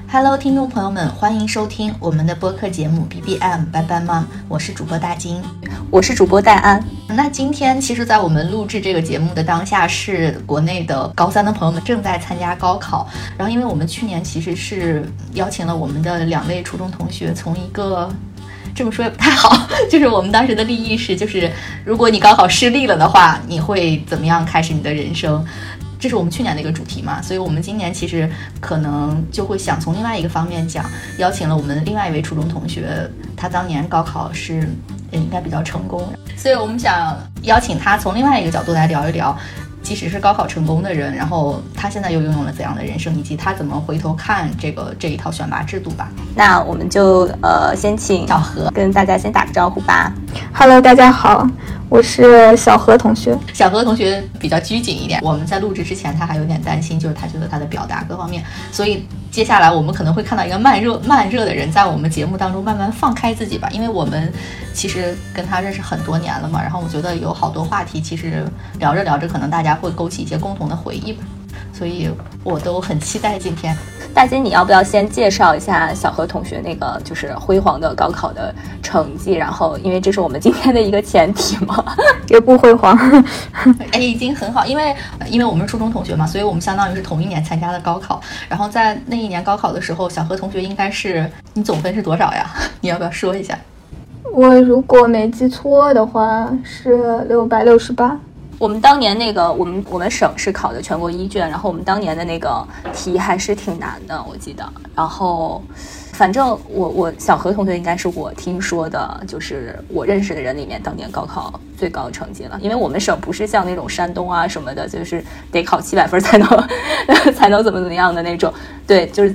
Hello， 听众朋友们，欢迎收听我们的播客节目 BBM Bye Bye Mom， 我是主播大金， 我是主播戴安。 那今天其实在我们录制这个节目的当下，是国内的高三的朋友们正在参加高考。然后因为我们去年其实是邀请了我们的2位初中同学，从一个这么说也不太好，就是我们当时的立意是，就是如果你高考失利了的话，你会怎么样开始你的人生，这是我们去年的一个主题嘛，所以我们今年其实可能就会想从另外一个方面讲，邀请了我们另外一位初中同学，他当年高考是应该比较成功，所以我们想邀请他从另外一个角度来聊一聊，即使是高考成功的人，然后他现在又拥有了怎样的人生，以及他怎么回头看这一套选拔制度吧。 那我们就先请小何跟大家先打个招呼吧。 Hello， 大家好，我是小何同学。 小何同学比较拘谨一点，我们在录制之前他还有点担心，就是他觉得他的表达各方面，所以接下来我们可能会看到一个慢热的人在我们节目当中慢慢放开自己吧，因为我们其实跟他认识很多年了嘛，然后我觉得有好多话题其实聊着聊着可能大家会勾起一些共同的回忆吧，所以我都很期待今天。 大金，你要不要先介绍一下小何同学那个就是辉煌的高考的成绩，然后因为这是我们今天的一个前提嘛。 也不辉煌已经很好，因为我们是初中同学嘛，所以我们相当于是同一年参加的高考，然后在那一年高考的时候，小何同学应该是，你总分是多少呀？你要不要说一下？ 我如果没记错的话是668。 我们当年那个我们省是考的全国一卷，然后我们当年的那个题还是挺难的，我记得。然后反正我小何同学应该是我听说的，就是我认识的人里面当年高考最高的成绩了。因为我们省不是像那种山东啊什么的，就是得考700分才能怎么样的那种。对，就是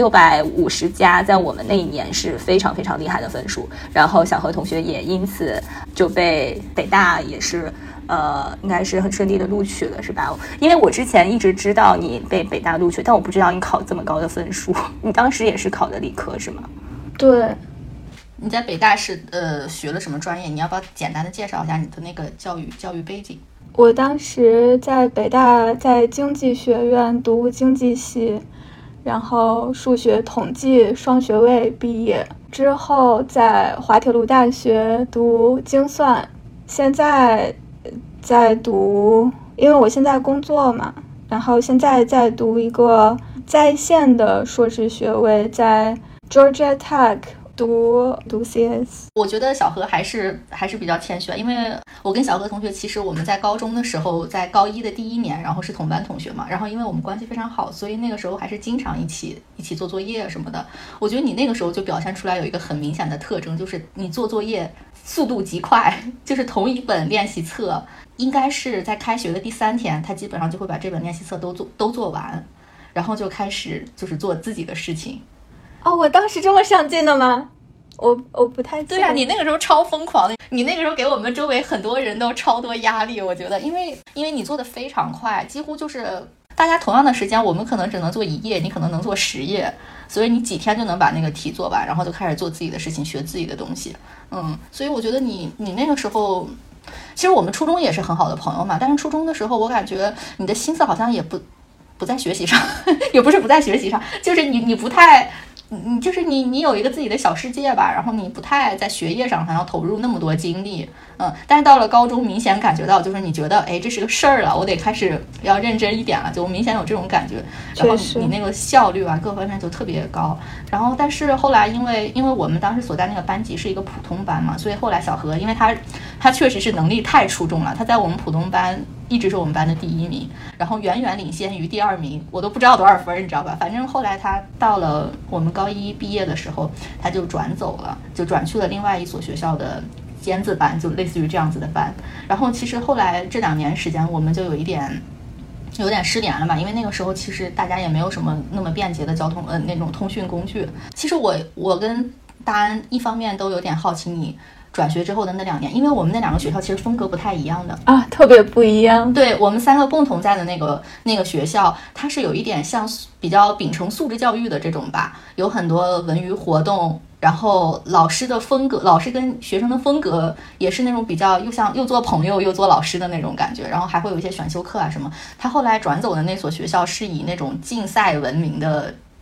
650加，在我们那一年是非常非常厉害的分数。然后小何同学也因此就被北大也是应该是很顺利的录取了，是吧？因为我之前一直知道你被北大录取，但我不知道你考这么高的分数。你当时也是考的理科是吗？ 对。 你在北大是学了什么专业？你要不要简单的介绍一下你的那个教育背景？ 我当时在北大在经济学院读经济系，然后数学统计双学位毕业之后，在滑铁卢大学读精算，现在在读，因为我现在工作嘛，然后现在在读一个在线的硕士学位，在 Georgia Tech 读 CS。 我觉得小何还是比较谦虚，因为我跟小何同学其实我们在高中的时候，在高一的第1年，然后是同班同学嘛，然后因为我们关系非常好，所以那个时候还是经常一起做作业什么的。我觉得你那个时候就表现出来有一个很明显的特征，就是你做作业速度极快，就是同一本练习册应该是在开学的第3天，他基本上就会把这本练习册都做完，然后就开始就是做自己的事情。 哦，我当时这么上进的吗？我不太记得。 对啊，你那个时候超疯狂的，你那个时候给我们周围很多人都超多压力，我觉得，因为你做的非常快，几乎就是大家同样的时间，我们可能只能做1页，你可能能做10页，所以你几天就能把那个题做完，然后就开始做自己的事情，学自己的东西。所以我觉得你那个时候，其实我们初中也是很好的朋友嘛，但是初中的时候我感觉你的心思好像也不在学习上，也不是不在学习上，就是你不太，就是你有一个自己的小世界吧，然后你不太在学业上还要投入那么多精力。但是到了高中明显感觉到，就是你觉得这是个事儿了，我得开始要认真一点了，就明显有这种感觉，然后你那个效率啊各方面就特别高。然后但是后来因为我们当时所在那个班级是一个普通班嘛，所以后来小何因为他确实是能力太出众了，他在我们普通班一直是我们班的第1名，然后远远领先于第2名，我都不知道多少分，你知道吧？反正后来他到了我们高一毕业的时候，他就转走了，就转去了另外一所学校的尖子班，就类似于这样子的班。然后其实后来这2年时间，我们就有点失联了嘛，因为那个时候其实大家也没有什么那么便捷的交通那种通讯工具。其实我跟大安一方面都有点好奇你转学之后的那2年，因为我们那2个学校其实风格不太一样的啊，特别不一样。 对，我们3个共同在的那个学校，它是有一点像比较秉承素质教育的这种吧，有很多文娱活动，然后老师的风格，老师跟学生的风格也是那种比较又做朋友又做老师的那种感觉，然后还会有一些选修课啊什么。他后来转走的那所学校是以那种竞赛闻名的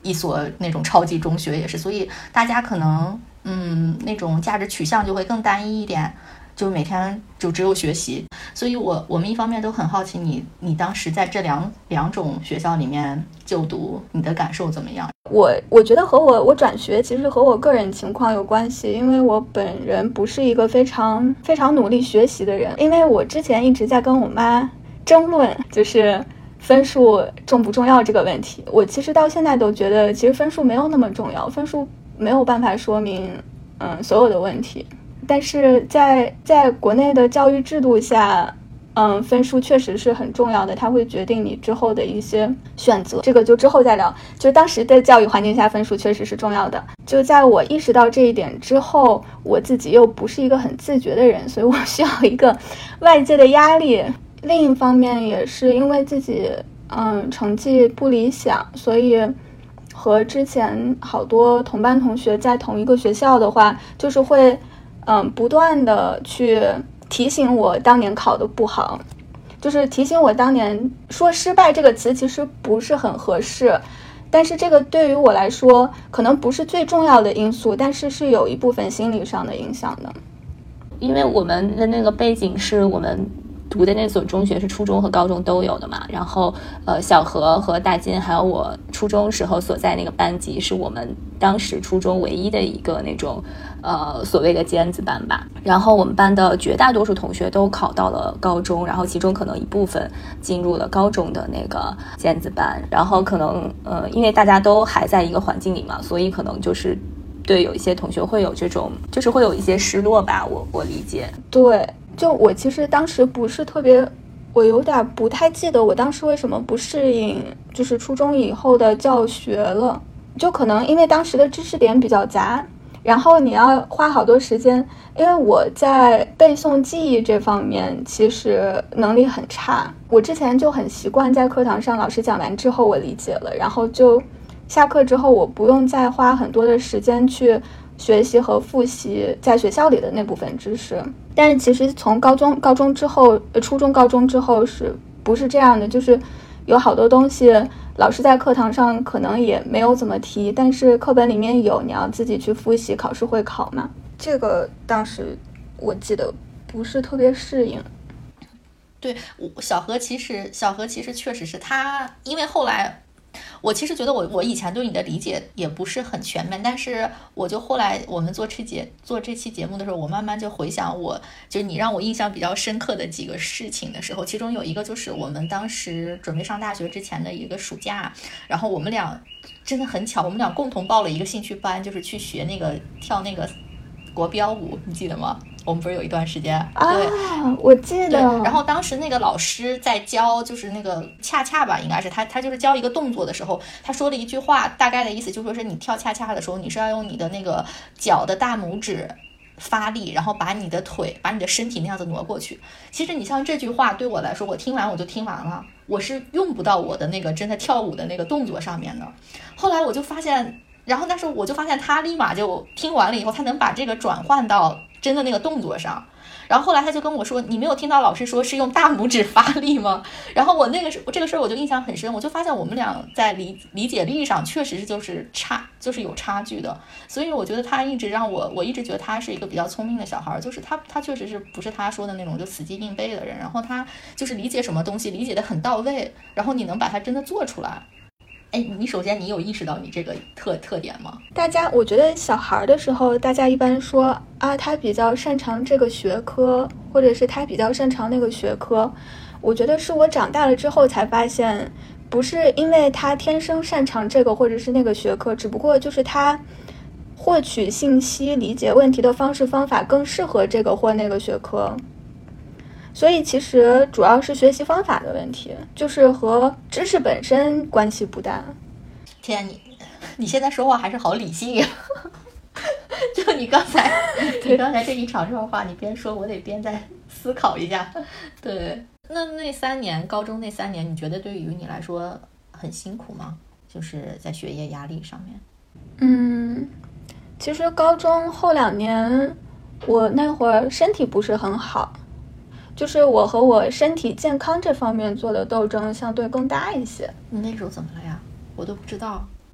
一所那种超级中学也是，所以大家可能那种价值取向就会更单一一点，就每天就只有学习。所以我们一方面都很好奇你当时在这两种学校里面就读，你的感受怎么样？ 我觉得和我转学其实和我个人情况有关系，因为我本人不是一个非常非常努力学习的人，因为我之前一直在跟我妈争论，就是分数重不重要这个问题。我其实到现在都觉得，其实分数没有那么重要，分数没有办法说明所有的问题。但是在国内的教育制度下，分数确实是很重要的，它会决定你之后的一些选择，这个就之后再聊。就当时的教育环境下，分数确实是重要的。就在我意识到这一点之后，我自己又不是一个很自觉的人，所以我需要一个外界的压力。另一方面也是因为自己成绩不理想，所以和之前好多同班同学在同一个学校的话，就是会不断的去提醒我当年考得不好，就是提醒我当年，说失败这个词其实不是很合适，但是这个对于我来说可能不是最重要的因素，但是是有一部分心理上的影响的。 因为我们的那个背景是我们读的那所中学是初中和高中都有的嘛，然后小何和大金还有我初中时候所在那个班级是我们当时初中唯一的一个那种所谓的尖子班吧。然后我们班的绝大多数同学都考到了高中，然后其中可能一部分进入了高中的那个尖子班，然后可能因为大家都还在一个环境里嘛，所以可能就是对有一些同学会有这种就是会有一些失落吧，我理解。 对，就我其实当时不是特别，我有点不太记得我当时为什么不适应就是初中以后的教学了，就可能因为当时的知识点比较杂，然后你要花好多时间，因为我在背诵记忆这方面其实能力很差，我之前就很习惯在课堂上老师讲完之后我理解了，然后就下课之后我不用再花很多的时间去学习和复习在学校里的那部分知识。但是其实从高中之后，初中高中之后是不是这样的，就是有好多东西老师在课堂上可能也没有怎么提，但是课本里面有，你要自己去复习，考试会考嘛。这个当时我记得不是特别适应。 对，小何其实确实是他，因为后来我其实觉得我以前对你的理解也不是很全面，但是我就后来我们做这期节目的时候，我慢慢就回想就是你让我印象比较深刻的几个事情的时候，其中有一个就是我们当时准备上大学之前的一个暑假，然后我们俩真的很巧，我们俩共同报了一个兴趣班，就是去学跳那个国标舞，你记得吗？我们不是有一段时间对我记得。 然后当时那个老师在教，就是那个恰恰吧，应该是他就是教一个动作的时候，他说了一句话，大概的意思就说是你跳恰恰的时候，你是要用你的那个脚的大拇指发力，然后把你的身体那样子挪过去。其实你像这句话对我来说，我听完我就听完了，我是用不到我的那个真的跳舞的那个动作上面的。后来我就发现，但是我就发现他立马就听完了以后，他能把这个转换到真的那个动作上。然后后来他就跟我说，你没有听到老师说是用大拇指发力吗？然后我这个事儿我就印象很深，我就发现我们俩在理解力上确实是就是有差距的。所以我觉得他一直让我一直觉得他是一个比较聪明的小孩，就是他确实是不是他说的那种就死记硬背的人，然后他就是理解什么东西理解的很到位，然后你能把它真的做出来。哎，你首先你有意识到你这个特点吗？ 我觉得小孩的时候，大家一般说啊，他比较擅长这个学科，或者是他比较擅长那个学科。我觉得是我长大了之后才发现，不是因为他天生擅长这个或者是那个学科，只不过就是他获取信息、理解问题的方式方法更适合这个或那个学科。所以其实主要是学习方法的问题，就是和知识本身关系不大。 天，你现在说话还是好理性呀！就你刚才这一场热话，你边说我得边在思考一下。对，那高中那3年，你觉得对于你来说很辛苦吗？就是在学业压力上面。 其实高中后2年，我那会儿身体不是很好。就是我和我身体健康这方面做的斗争相对更大一些。 你那时候怎么了呀？我都不知道。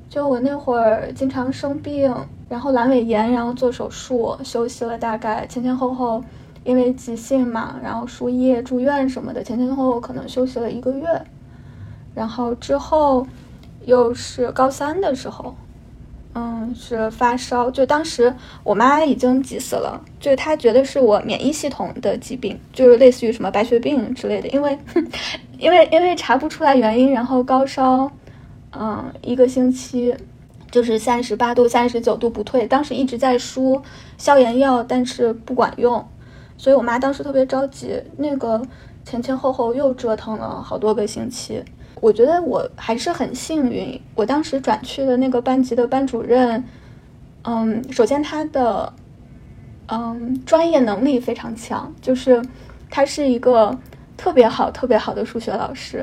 就我那会儿经常生病，然后阑尾炎，然后做手术，休息了大概前后后，因为急性嘛，然后输液住院什么的，前后后可能休息了1个月。然后之后又是高3的时候，是发烧，就当时我妈已经急死了，就是她觉得是我免疫系统的疾病，就是类似于什么白血病之类的，因为查不出来原因，然后高烧1个星期，就是38度39度不退，当时一直在输消炎药，但是不管用，所以我妈当时特别着急，那个前后后又折腾了好多个星期。我觉得我还是很幸运，我当时转去的那个班级的班主任，首先他的专业能力非常强，就是他是一个特别好的数学老师。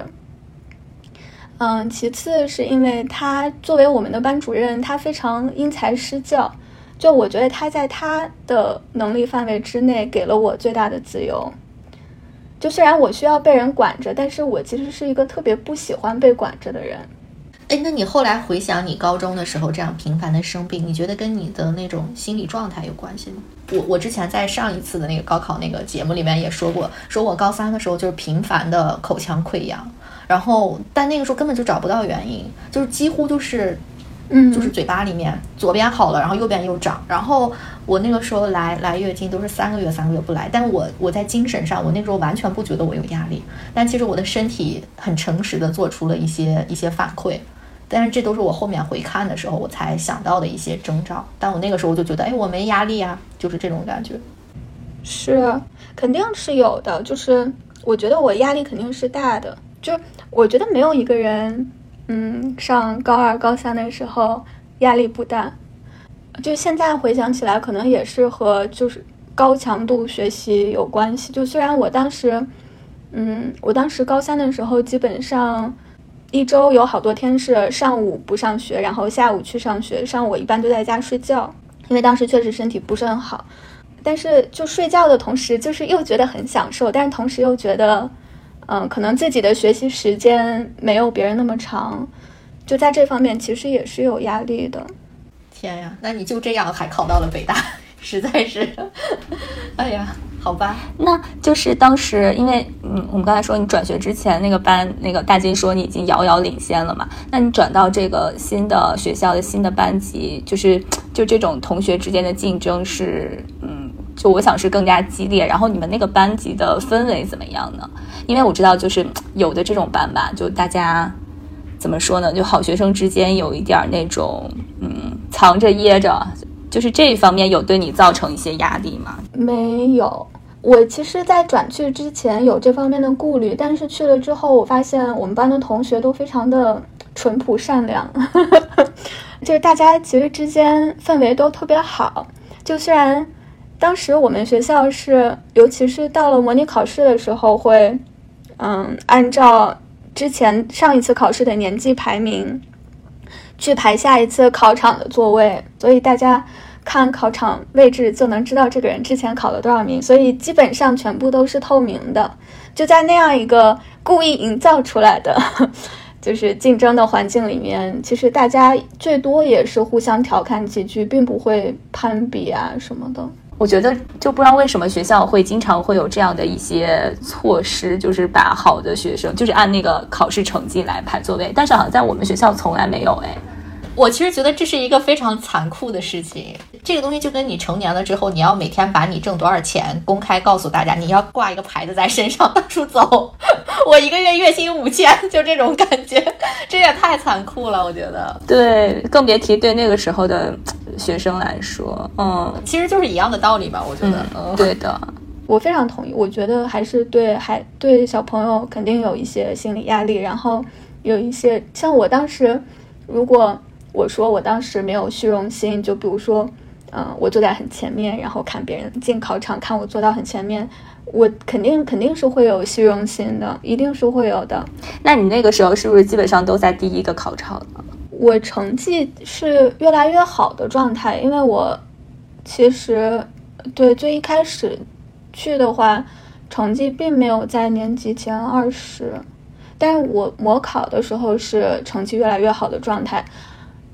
其次是因为他作为我们的班主任，他非常因材施教，就我觉得他在他的能力范围之内给了我最大的自由。就虽然我需要被人管着，但是我其实是一个特别不喜欢被管着的人。 那你后来回想你高中的时候这样频繁的生病，你觉得跟你的那种心理状态有关系吗？我之前在上一次的那个高考那个节目里面也说过，说我高3的时候就是频繁的口腔溃疡，然后但那个时候根本就找不到原因，就是几乎就是嘴巴里面左边好了，然后右边又长，然后我那个时候来月经都是3个月不来，但我在精神上，我那时候完全不觉得我有压力，但其实我的身体很诚实的做出了一些反馈，但是这都是我后面回看的时候我才想到的一些征兆，但我那个时候就觉得我没压力啊，就是这种感觉。 是，肯定是有的，就是我觉得我压力肯定是大的，就我觉得没有一个人上高2高3的时候压力不大，就现在回想起来可能也是和就是高强度学习有关系。就虽然我当时高3的时候基本上1周有好多天是上午不上学，然后下午去上学，上午我一般都在家睡觉，因为当时确实身体不是很好，但是就睡觉的同时就是又觉得很享受，但是同时又觉得可能自己的学习时间没有别人那么长，就在这方面其实也是有压力的。 天呀，那你就这样还考到了北大，实在是哎呀，好吧。 那就是当时因为我们刚才说你转学之前那个班，那个大金说你已经遥遥领先了嘛，那你转到这个新的学校的新的班级，就这种同学之间的竞争是就我想是更加激烈，然后你们那个班级的氛围怎么样呢？因为我知道就是有的这种班吧，就大家怎么说呢，就好学生之间有一点那种藏着掖着，就是这一方面有对你造成一些压力吗？ 没有，我其实在转去之前有这方面的顾虑，但是去了之后我发现我们班的同学都非常的淳朴善良就是大家其实之间氛围都特别好，就虽然当时我们学校是尤其是到了模拟考试的时候会按照之前上一次考试的年级排名去排下一次考场的座位，所以大家看考场位置就能知道这个人之前考了多少名，所以基本上全部都是透明的，就在那样一个故意营造出来的就是竞争的环境里面，其实大家最多也是互相调侃几句，并不会攀比啊什么的。 我觉得就不知道为什么学校会经常会有这样的一些措施，就是把好的学生就是按那个考试成绩来排座位，但是好像在我们学校从来没有。 我其实觉得这是一个非常残酷的事情，这个东西就跟你成年了之后，你要每天把你挣多少钱公开告诉大家，你要挂一个牌子在身上到处走我一个月月薪5000，就这种感觉，这也太残酷了，我觉得。 对，更别提对那个时候的学生来说， 其实就是一样的道理吧，我觉得。 对的， 我非常同意，我觉得还是对小朋友肯定有一些心理压力，然后有一些像我当时，如果我说我当时没有虚荣心，就比如说我坐在很前面，然后看别人进考场，看我坐到很前面，我肯定是会有虚荣心的，一定是会有的。 那你那个时候是不是基本上都在第一个考场呢？ 我成绩是越来越好的状态，因为我其实对最一开始去的话，成绩并没有在年级前20，但是我模考的时候是成绩越来越好的状态。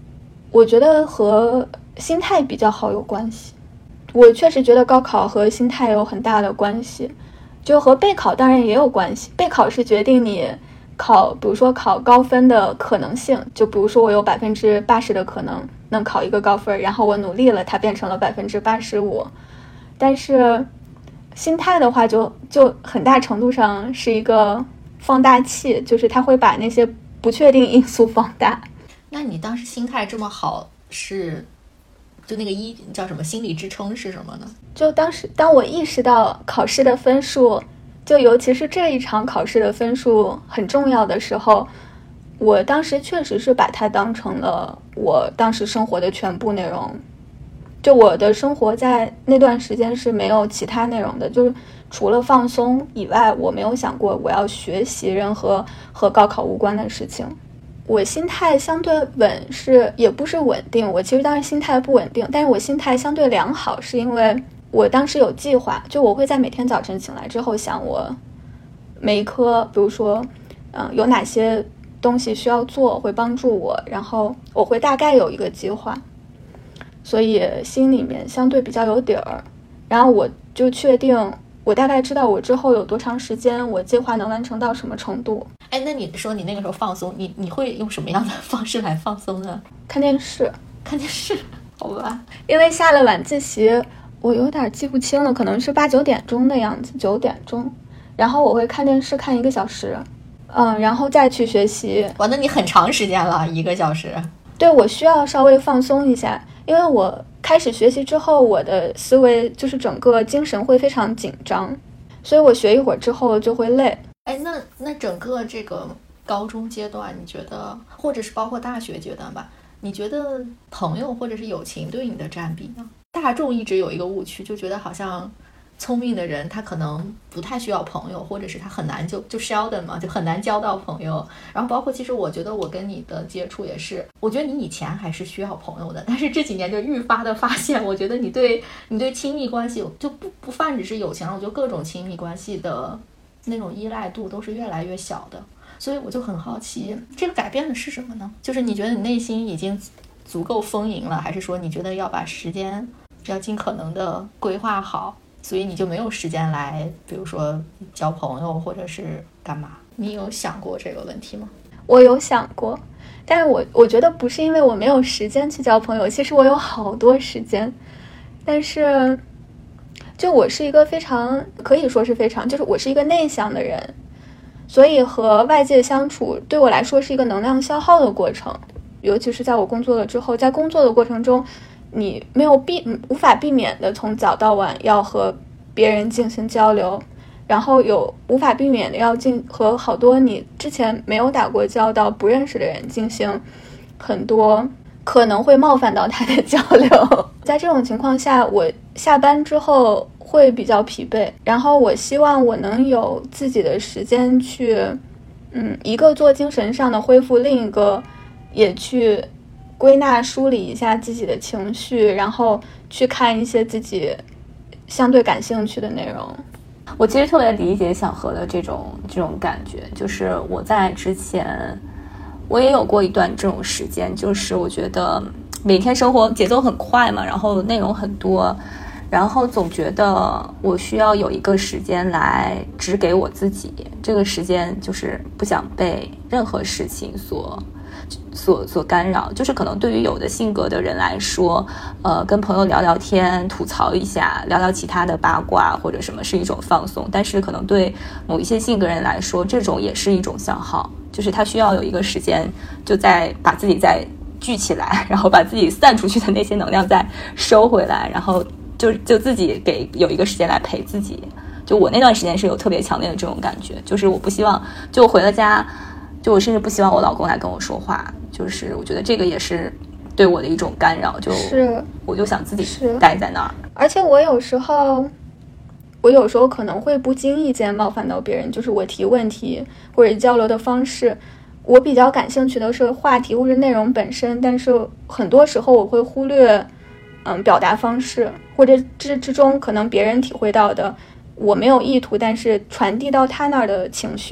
我觉得和心态比较好有关系。我确实觉得高考和心态有很大的关系，就和备考当然也有关系。备考是决定你比如说考高分的可能性，就比如说我有80%的可能能考一个高分，然后我努力了，它变成了85%。但是心态的话就很大程度上是一个放大器，就是它会把那些不确定因素放大。 那你当时心态这么好，就那个叫什么心理支撑是什么呢？ 就当我意识到考试的分数，就尤其是这一场考试的分数很重要的时候，我当时确实是把它当成了我当时生活的全部内容。就我的生活在那段时间是没有其他内容的，就是除了放松以外，我没有想过我要学习任何和高考无关的事情。我心态相对也不是稳定，我其实当时心态不稳定，但是我心态相对良好，是因为我当时有计划，就我会在每天早晨醒来之后想我每一科，比如说有哪些东西需要做会帮助我，然后我会大概有一个计划，所以心里面相对比较有底儿。然后我就确定我大概知道我之后有多长时间，我计划能完成到什么程度。 哎，那你说你那个时候放松，你会用什么样的方式来放松呢？ 看电视， 好吧。 因为下了晚自习，我有点记不清了，可能是8、9点钟的样子，9点钟，然后我会看电视看1个小时，然后再去学习。 哇，那你很长时间了，1个小时。 对，我需要稍微放松一下，因为我开始学习之后，我的思维就是整个精神会非常紧张，所以我学一会儿之后就会累。 哎，那整个这个高中阶段，你觉得，或者是包括大学阶段吧，你觉得朋友或者是友情对你的占比呢？大众一直有一个误区，就觉得好像聪明的人他可能不太需要朋友，或者是他很难就 sheldon 嘛，就很难交到朋友。然后包括其实我觉得我跟你的接触也是，我觉得你以前还是需要朋友的，但是这几年就愈发的发现，我觉得你对亲密关系就不泛只是友情了，我觉得各种亲密关系的那种依赖度都是越来越小的。所以我就很好奇，这个改变的是什么呢？就是你觉得你内心已经足够丰盈了，还是说你觉得要把时间要尽可能的规划好，所以你就没有时间来比如说交朋友或者是干嘛？你有想过这个问题吗？ 我有想过，但是我觉得不是因为我没有时间去交朋友，其实我有好多时间，但是就我是一个可以说是就是我是一个内向的人，所以和外界相处对我来说是一个能量消耗的过程，尤其是在我工作了之后，在工作的过程中，你无法避免的从早到晚要和别人进行交流，然后无法避免的要和好多你之前没有打过交道不认识的人进行很多可能会冒犯到他的交流。在这种情况下，我下班之后会比较疲惫，然后我希望我能有自己的时间去一个做精神上的恢复，另一个也去归纳梳理一下自己的情绪，然后去看一些自己相对感兴趣的内容。 我其实特别理解小何的这种感觉，就是我在之前我也有过一段这种时间，就是我觉得每天生活节奏很快嘛，然后内容很多，然后总觉得我需要有一个时间来只给我自己，这个时间就是不想被任何事情所干扰。就是可能对于有的性格的人来说，跟朋友聊聊天，吐槽一下，聊聊其他的八卦或者什么是一种放松，但是可能对某一些性格人来说，这种也是一种消耗，就是他需要有一个时间就在把自己再聚起来，然后把自己散出去的那些能量再收回来，然后就自己有一个时间来陪自己。就我那段时间是有特别强烈的这种感觉，就是我不希望就回了家，就我甚至不希望我老公来跟我说话，就是我觉得这个也是对我的一种干扰，就是我就想自己待在那儿。 而且我有时候可能会不经意间冒犯到别人，就是我提问题或者交流的方式，我比较感兴趣的是话题或者内容本身，但是很多时候我会忽略表达方式，或者之中可能别人体会到的我没有意图但是传递到他那儿的情绪。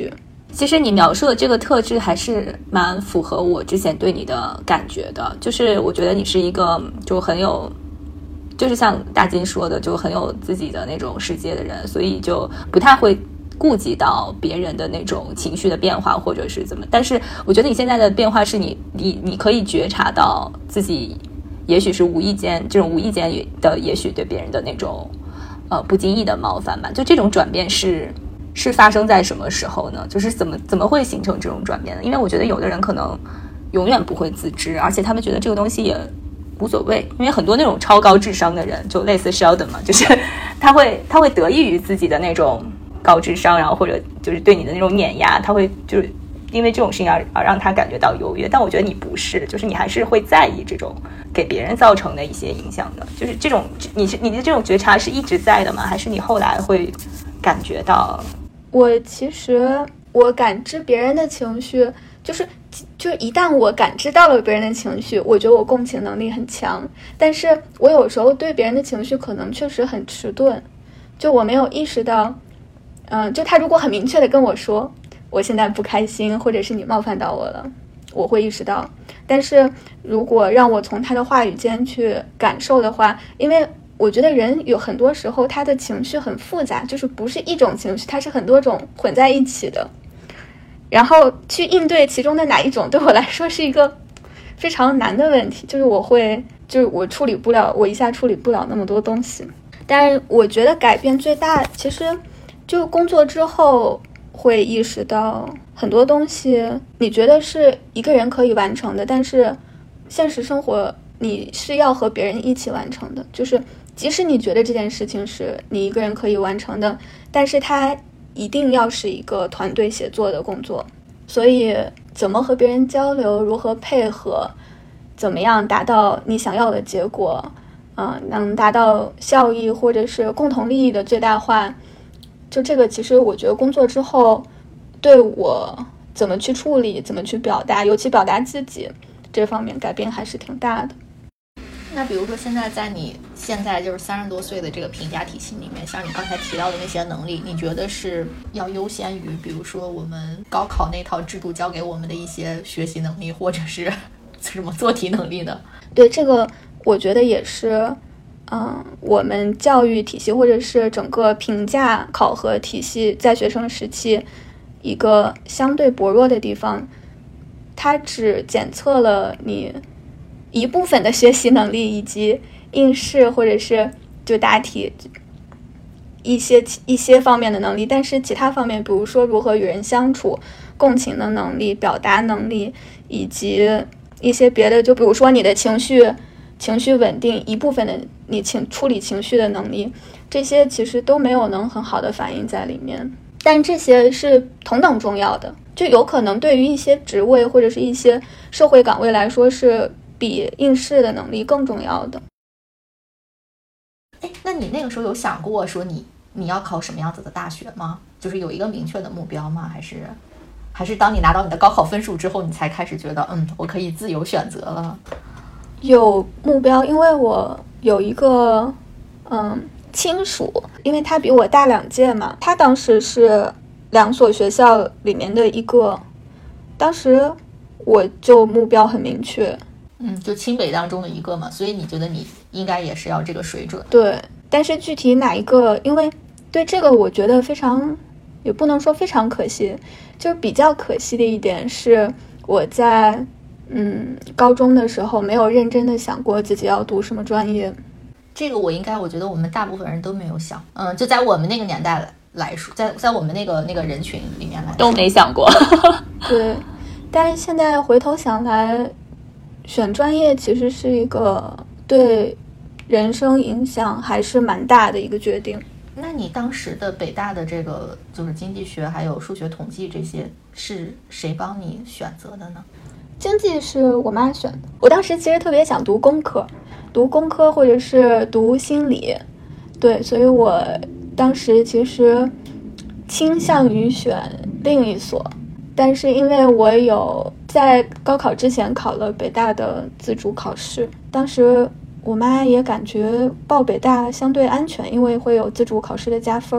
其实你描述的这个特质还是蛮符合我之前对你的感觉的，就是我觉得你是一个就很有，就是像大金说的，就很有自己的那种世界的人，所以就不太会顾及到别人的那种情绪的变化或者是怎么。但是我觉得你现在的变化是你可以觉察到自己也许是无意间这种无意间的也许对别人的那种不经意的冒犯吧，就这种转变是发生在什么时候呢？就是怎么会形成这种转变呢？因为我觉得有的人可能永远不会自知，而且他们觉得这个东西也无所谓，因为很多那种超高智商的人，就类似 Sheldon 嘛，就是他会得益于自己的那种高智商，然后或者就是对你的那种碾压，他会就是因为这种事情而让他感觉到优越。但我觉得你不是，就是你还是会在意这种给别人造成的一些影响的。就是这种你的这种觉察是一直在的吗？还是你后来会感觉到？ 其实我感知别人的情绪，就是一旦我感知到了别人的情绪，我觉得我共情能力很强，但是我有时候对别人的情绪可能确实很迟钝，就我没有意识到，就他如果很明确的跟我说我现在不开心，或者是你冒犯到我了，我会意识到。但是如果让我从他的话语间去感受的话，因为我觉得人有很多时候他的情绪很复杂，就是不是一种情绪，它是很多种混在一起的，然后去应对其中的哪一种对我来说是一个非常难的问题，就是我处理不了，我一下处理不了那么多东西。但是我觉得改变最大，其实就工作之后会意识到很多东西你觉得是一个人可以完成的，但是现实生活你是要和别人一起完成的，就是即使你觉得这件事情是你一个人可以完成的，但是它一定要是一个团队协作的工作。所以怎么和别人交流，如何配合，怎么样达到你想要的结果，能达到效益或者是共同利益的最大化，就这个其实我觉得工作之后对我怎么去处理，怎么去表达，尤其表达自己这方面改变还是挺大的。 那比如说现在在你现在就是30多岁的这个评价体系里面，像你刚才提到的那些能力，你觉得是要优先于比如说我们高考那套制度教给我们的一些学习能力，或者是什么做题能力呢？ 对，这个我觉得也是我们教育体系或者是整个评价考核体系在学生时期一个相对薄弱的地方，它只检测了你一部分的学习能力以及应试或者是就答题一些方面的能力，但是其他方面比如说如何与人相处、共情的能力、表达能力以及一些别的，就比如说你的情绪稳定，一部分的你处理情绪的能力，这些其实都没有能很好的反映在里面，但这些是同等重要的，就有可能对于一些职位或者是一些社会岗位来说是比应试的能力更重要的。 那你那个时候有想过说你要考什么样子的大学吗？就是有一个明确的目标吗？还是当你拿到你的高考分数之后，你才开始觉得我可以自由选择了？ 有目标，因为我有一个亲属，因为他比我大2届嘛，他当时是2所学校里面的一个，当时我就目标很明确， 就清北当中的一个嘛，所以你觉得你应该也是要这个水准？ 对，但是具体哪一个，因为对这个我觉得非常，也不能说非常可惜，就是比较可惜的一点是我在高中的时候没有认真的想过自己要读什么专业。 这个我觉得我们大部分人都没有想，就在我们那个年代来说，在我们那个人群里面来说都没想过。 对，但是现在回头想来，选专业其实是一个对人生影响还是蛮大的一个决定。 那你当时的北大的这个就是经济学还有数学统计这些是谁帮你选择的呢？ 经济是我妈选的，我当时其实特别想读工科或者是读心理，对，所以我当时其实倾向于选另一所，但是因为我有在高考之前考了北大的自主考试，当时我妈也感觉报北大相对安全，因为会有自主考试的加分。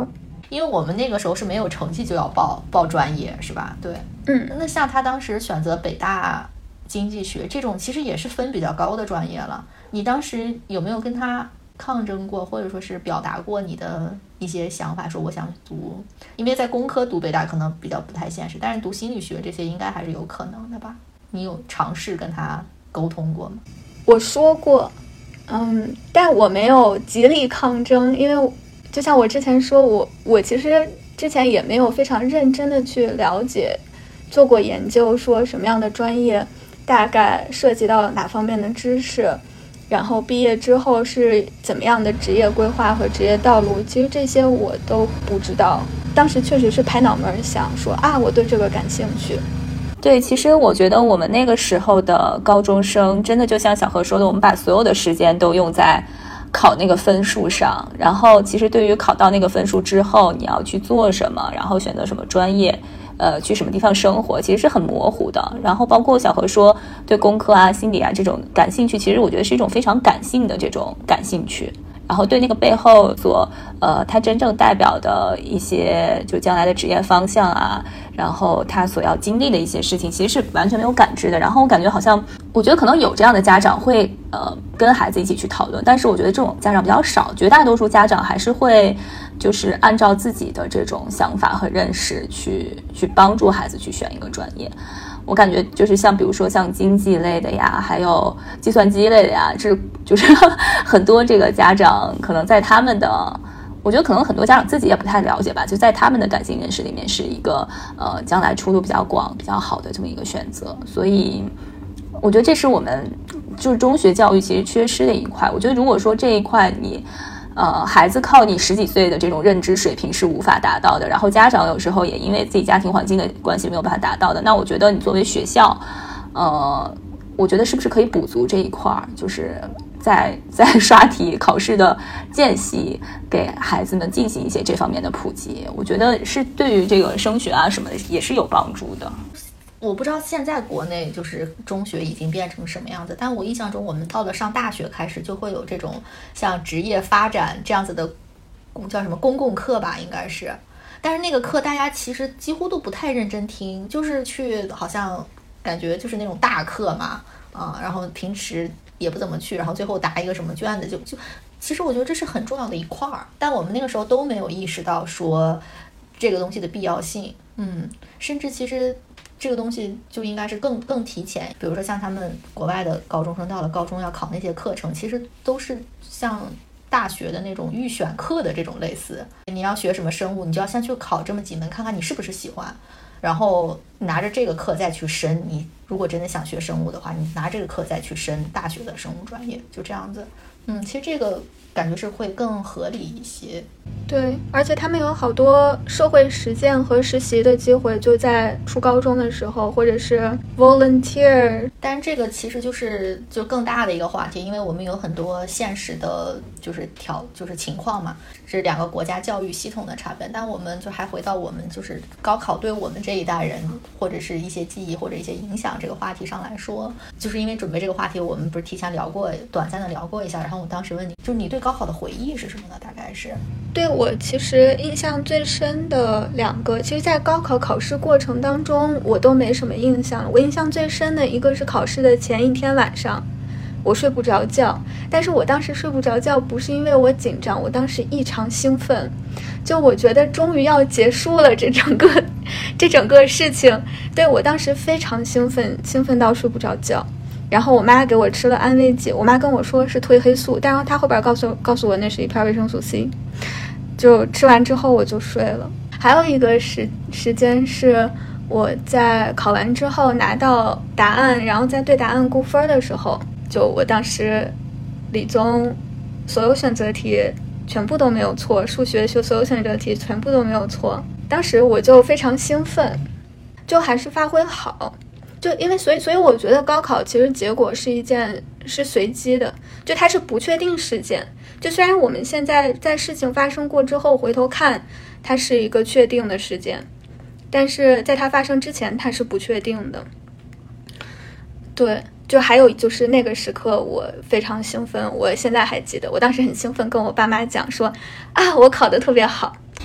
因为我们那个时候是没有成绩就要报专业，是吧？对，那像他当时选择北大经济学这种，其实也是分比较高的专业了。你当时有没有跟他抗争过，或者说是表达过你的一些想法，说我想读，因为在工科读北大可能比较不太现实，但是读心理学这些应该还是有可能的吧？你有尝试跟他沟通过吗？ 我说过，但我没有极力抗争，因为就像我之前说，我其实之前也没有非常认真的去了解，做过研究，说什么样的专业大概涉及到哪方面的知识，然后毕业之后是怎么样的职业规划和职业道路，其实这些我都不知道。当时确实是拍脑门想说我对这个感兴趣。 对，其实我觉得我们那个时候的高中生真的就像小何说的，我们把所有的时间都用在考那个分数上，然后其实对于考到那个分数之后你要去做什么，然后选择什么专业，去什么地方生活，其实是很模糊的。然后包括小何说对工科啊心理啊这种感兴趣，其实我觉得是一种非常感性的这种感兴趣，然后对那个背后它真正代表的一些就将来的职业方向啊，然后他所要经历的一些事情其实是完全没有感知的。然后我感觉好像我觉得可能有这样的家长会跟孩子一起去讨论，但是我觉得这种家长比较少，绝大多数家长还是会就是按照自己的这种想法和认识去帮助孩子去选一个专业。我感觉就是像比如说像经济类的呀，还有计算机类的呀，这就是很多这个家长可能在他们的，我觉得可能很多家长自己也不太了解吧，就在他们的感性认识里面是一个将来出路比较广比较好的这么一个选择。所以我觉得这是我们就是中学教育其实缺失的一块。我觉得如果说这一块你孩子靠你十几岁的这种认知水平是无法达到的，然后家长有时候也因为自己家庭环境的关系没有办法达到的，那我觉得你作为学校我觉得是不是可以补足这一块，就是在刷题考试的间隙给孩子们进行一些这方面的普及，我觉得是对于这个升学啊什么的也是有帮助的。 我不知道现在国内就是中学已经变成什么样子，但我印象中我们到了上大学开始就会有这种像职业发展这样子的叫什么公共课吧，应该是，但是那个课大家其实几乎都不太认真听，就是去好像感觉就是那种大课嘛，然后平时也不怎么去，然后最后答一个什么卷子就其实我觉得这是很重要的一块儿，但我们那个时候都没有意识到说这个东西的必要性，甚至其实这个东西就应该是更提前，比如说像他们国外的高中生到了高中要考那些课程，其实都是像大学的那种预选课的这种类似，你要学什么生物，你就要先去考这么几门，看看你是不是喜欢，然后拿着这个课再去申，你如果真的想学生物的话，你拿这个课再去申大学的生物专业，就这样子。其实这个感觉是会更合理一些。 对，而且他们有好多社会实践和实习的机会，就在初高中的时候，或者是 volunteer。 但是这个其实就更大的一个话题，因为我们有很多现实的就是情况嘛，是两个国家教育系统的差别。但我们就还回到我们就是高考对我们这一代人或者是一些记忆或者一些影响这个话题上来说，就是因为准备这个话题，我们不是提前短暂的聊过一下，然后我当时问你，就是你对高考的回忆是什么呢？大概是？ 对，我其实印象最深的两个，其实在高考考试过程当中我都没什么印象了。我印象最深的一个是考试的前一天晚上，我睡不着觉，但是我当时睡不着觉不是因为我紧张，我当时异常兴奋，就我觉得终于要结束了这整个事情。对，我当时非常兴奋到睡不着觉。然后我妈给我吃了安慰剂，我妈跟我说是褪黑素，但是她后边告诉我那是一片维生素 C， 就吃完之后我就睡了。还有一个时间是我在考完之后拿到答案，然后在对答案估分的时候，就我当时理综所有选择题全部都没有错，数学所有选择题全部都没有错，当时我就非常兴奋，就还是发挥好。就因为所以我觉得高考其实结果是随机的，就它是不确定事件。就虽然我们现在在事情发生过之后回头看，它是一个确定的事件，但是在它发生之前它是不确定的。对，就还有就是那个时刻我非常兴奋，我现在还记得，我当时很兴奋跟我爸妈讲说我考得特别好。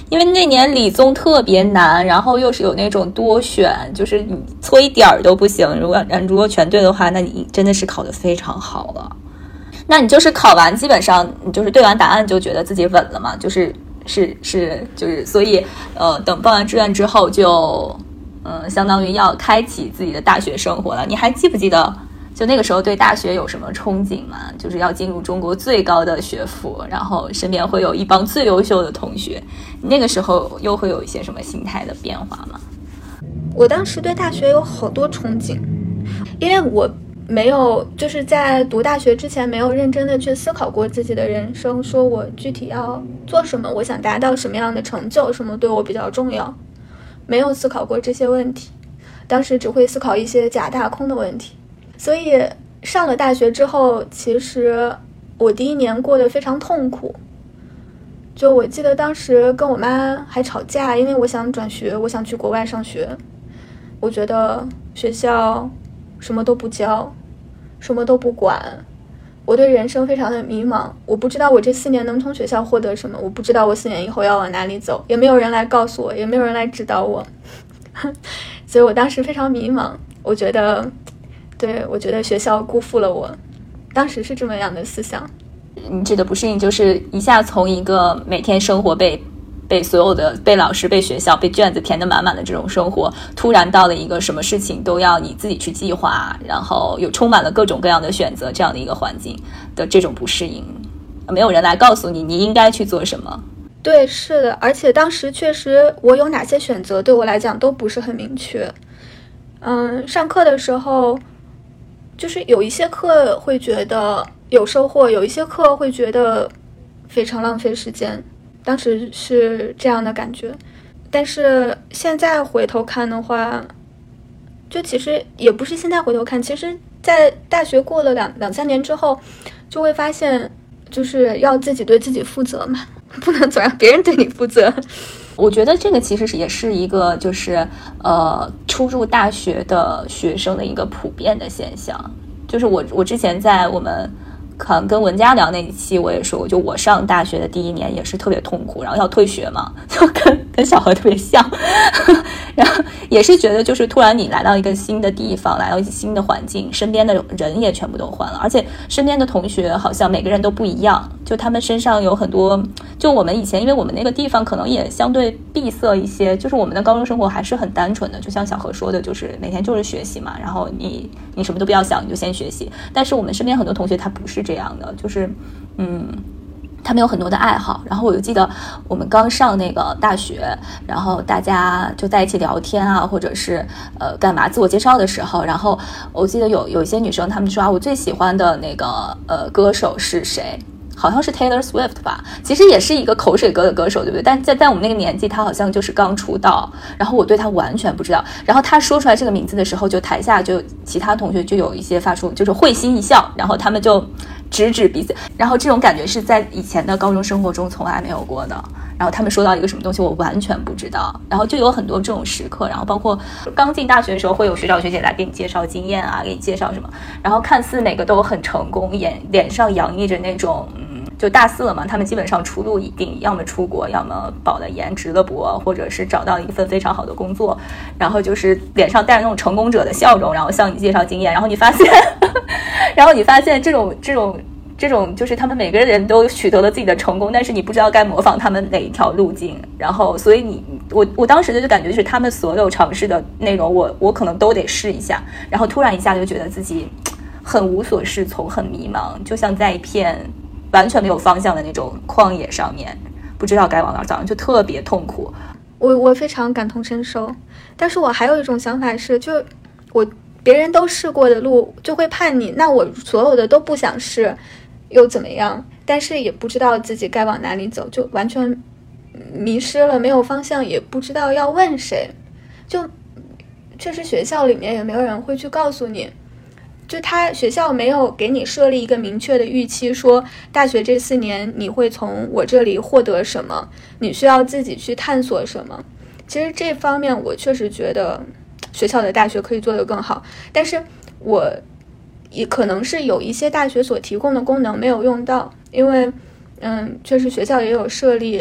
因为那年理综特别难，然后又是有那种多选，就是你错一点儿都不行，如果全对的话，那你真的是考得非常好了。那你就是考完基本上你就是对完答案就觉得自己稳了嘛，就是所以等报完志愿之后就相当于要开启自己的大学生活了。你还记不记得就那个时候对大学有什么憧憬吗？就是要进入中国最高的学府，然后身边会有一帮最优秀的同学，你那个时候又会有一些什么心态的变化吗？ 我当时对大学有好多憧憬，因为我没有就是在读大学之前没有认真的去思考过自己的人生，说我具体要做什么，我想达到什么样的成就，什么对我比较重要，没有思考过这些问题，当时只会思考一些假大空的问题。所以上了大学之后，其实我第一年过得非常痛苦，就我记得当时跟我妈还吵架，因为我想转学，我想去国外上学，我觉得学校什么都不教，什么都不管，我对人生非常的迷茫，我不知道我这4年能从学校获得什么，我不知道我4年以后要往哪里走，也没有人来告诉我，也没有人来指导我所以我当时非常迷茫，我觉得学校辜负了我，当时是这么样的思想。 你指的不适应就是一下从一个每天生活被所有的被老师被学校被卷子填得满满的这种生活，突然到了一个什么事情都要你自己去计划，然后又充满了各种各样的选择，这样的一个环境的这种不适应，没有人来告诉你你应该去做什么。 对，是的，而且当时确实我有哪些选择对我来讲都不是很明确。上课的时候就是有一些课会觉得有收获，有一些课会觉得非常浪费时间，当时是这样的感觉。但是现在回头看的话，就其实也不是现在回头看，其实在大学过了两三年之后，就会发现就是要自己对自己负责嘛，不能总让别人对你负责。 我觉得这个其实也是一个就是初入大学的学生的一个普遍的现象。就是我之前在我们可能跟文佳聊那一期我也说过，就我上大学的第1年也是特别痛苦，然后要退学嘛，就跟小何特别像然后也是觉得就是突然你来到一个新的地方，来到一个新的环境，身边的人也全部都换了，而且身边的同学好像每个人都不一样，就他们身上有很多，就我们以前因为我们那个地方可能也相对闭塞一些，就是我们的高中生活还是很单纯的，就像小何说的，就是每天就是学习嘛，然后你什么都不要想，你就先学习。但是我们身边很多同学他不是这样的，就是他们有很多的爱好。然后我就记得我们刚上那个大学，然后大家就在一起聊天啊，或者是干嘛自我介绍的时候，然后我记得有一些女生她们说啊，我最喜欢的那个歌手是谁，好像是 Taylor Swift 吧，其实也是一个口水歌的歌手，对不对？但在我们那个年纪他好像就是刚出道，然后我对他完全不知道，然后他说出来这个名字的时候，就台下就其他同学就有一些发出就是会心一笑，然后他们就指彼此，然后这种感觉是在以前的高中生活中从来没有过的。然后他们说到一个什么东西我完全不知道，然后就有很多这种时刻，然后包括刚进大学的时候会有学长学姐来给你介绍经验啊，给你介绍什么，然后看似每个都很成功，脸上洋溢着那种就大4了嘛，他们基本上出路已定，要么出国，要么保了研直了博，或者是找到一份非常好的工作，然后就是脸上带着那种成功者的笑容，然后向你介绍经验，然后你发现这种就是他们每个人都取得了自己的成功，但是你不知道该模仿他们哪一条路径，然后所以我当时就感觉就是他们所有尝试的内容我可能都得试一下，然后突然一下就觉得自己很无所适从，很迷茫，就像在一片完全没有方向的那种旷野上面，不知道该往哪走，就特别痛苦。 我非常感同身受，但是我还有一种想法是，就别人都试过的路就会叛逆，那我所有的都不想试又怎么样？但是也不知道自己该往哪里走，就完全迷失了，没有方向，也不知道要问谁。就确实学校里面也没有人会去告诉你，就学校没有给你设立一个明确的预期，说大学这4年你会从我这里获得什么，你需要自己去探索什么。其实这方面我确实觉得学校的大学可以做得更好，但是我也可能是有一些大学所提供的功能没有用到，因为确实学校也有设立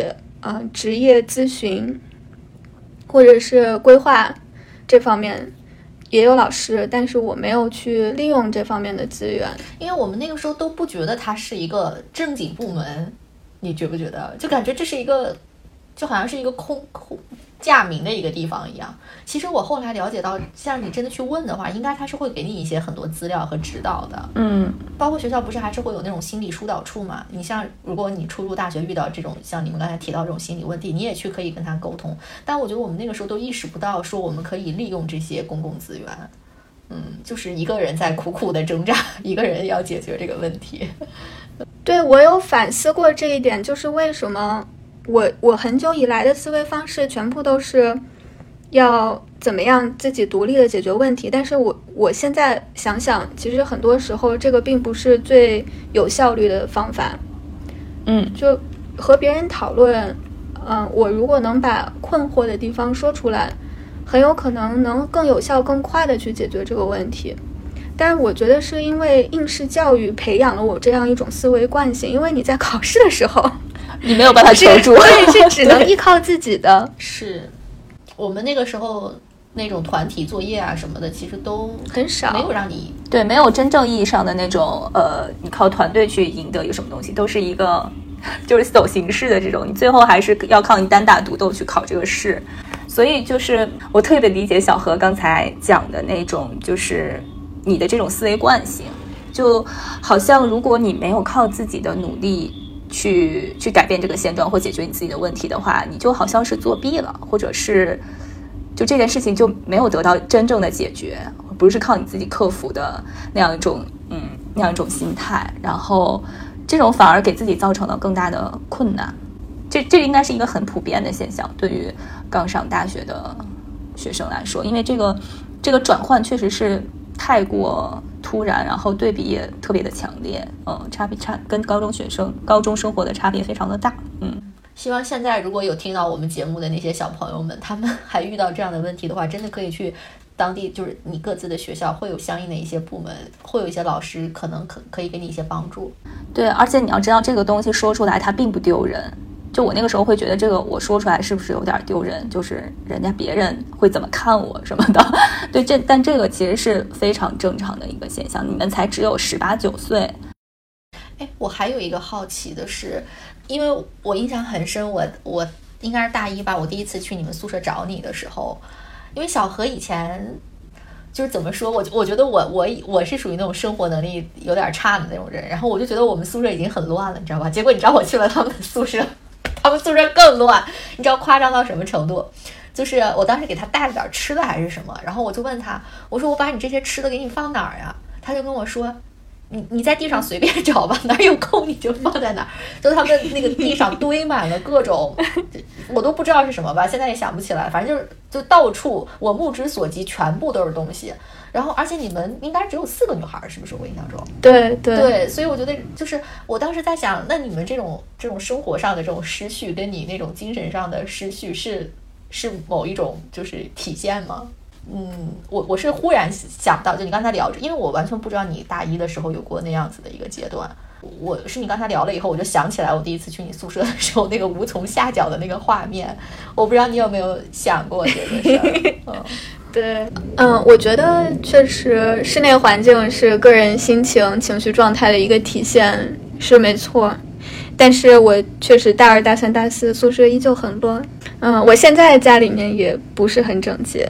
职业咨询或者是规划这方面也有老师，但是我没有去利用这方面的资源， 因为我们那个时候都不觉得它是一个正经部门，你觉不觉得？就感觉这是一个，就好像是一个空架名的一个地方一样。其实我后来了解到，像你真的去问的话，应该他是会给你一些很多资料和指导的。包括学校不是还是会有那种心理疏导处嘛？你像如果你初入大学遇到这种像你们刚才提到这种心理问题，你也去可以跟他沟通。但我觉得我们那个时候都意识不到说我们可以利用这些公共资源。就是一个人在苦苦的挣扎，一个人要解决这个问题。 对，我有反思过这一点，就是为什么我很久以来的思维方式全部都是要怎么样自己独立的解决问题，但是我现在想想，其实很多时候这个并不是最有效率的方法。就和别人讨论，我如果能把困惑的地方说出来，很有可能能更有效更快的去解决这个问题。但是我觉得是因为应试教育培养了我这样一种思维惯性，因为你在考试的时候你没有办法求助， 对，是只能依靠自己的。 是我们那个时候那种团体作业啊什么的，其实都很少， 没有让你对，没有真正意义上的那种你靠团队去赢得一个什么东西，都是一个就是走形式的这种，你最后还是要靠你单打独斗去考这个试。所以就是我特别理解小何刚才讲的那种，就是你的这种思维惯性，就好像如果你没有靠自己的努力去改变这个现状或解决你自己的问题的话，你就好像是作弊了，或者是就这件事情就没有得到真正的解决，不是靠你自己克服的那样一种心态，然后这种反而给自己造成了更大的困难。这应该是一个很普遍的现象，对于刚上大学的学生来说，因为这个转换确实是太过突然，然后对比也特别的强烈，跟高中生活的差别非常的大。 希望现在如果有听到我们节目的那些小朋友们，他们还遇到这样的问题的话，真的可以去当地，就是你各自的学校会有相应的一些部门，会有一些老师可能可以给你一些帮助。 对，而且你要知道这个东西说出来它并不丢人。就我那个时候会觉得这个我说出来是不是有点丢人，就是别人会怎么看我什么的。对，但这个其实是非常正常的一个现象，你们才只有18、19岁。 我还有一个好奇的是，因为我印象很深，我应该是大一吧，我第一次去你们宿舍找你的时候，因为小何以前就是怎么说，我觉得我是属于那种生活能力有点差的那种人，然后我就觉得我们宿舍已经很乱了，你知道吧？结果你知道我去了他们宿舍，他们宿舍更乱，你知道夸张到什么程度？就是我当时给他带了点吃的还是什么，然后我就问他，我说我把你这些吃的给你放哪儿呀？他就跟我说，你在地上随便找吧，哪有空你就放在哪儿。就他们那个地上堆满了各种，我都不知道是什么吧，现在也想不起来，反正就到处我目之所及全部都是东西。然后而且你们应该只有4个女孩，是不是？我印象中。对，所以我觉得就是我当时在想，那你们这种生活上的这种失序，跟你那种精神上的失序是某一种就是体现吗？我是忽然想到，就你刚才聊，因为我完全不知道你大一的时候有过那样子的一个阶段。我是你刚才聊了以后，我就想起来我第一次去你宿舍的时候那个无从下脚的那个画面。我不知道你有没有想过这个事儿。 对，我觉得确实室内环境是个人心情、情绪状态的一个体现，是没错。但是我确实大2、大3、大4宿舍依旧很乱。我现在家里面也不是很整洁。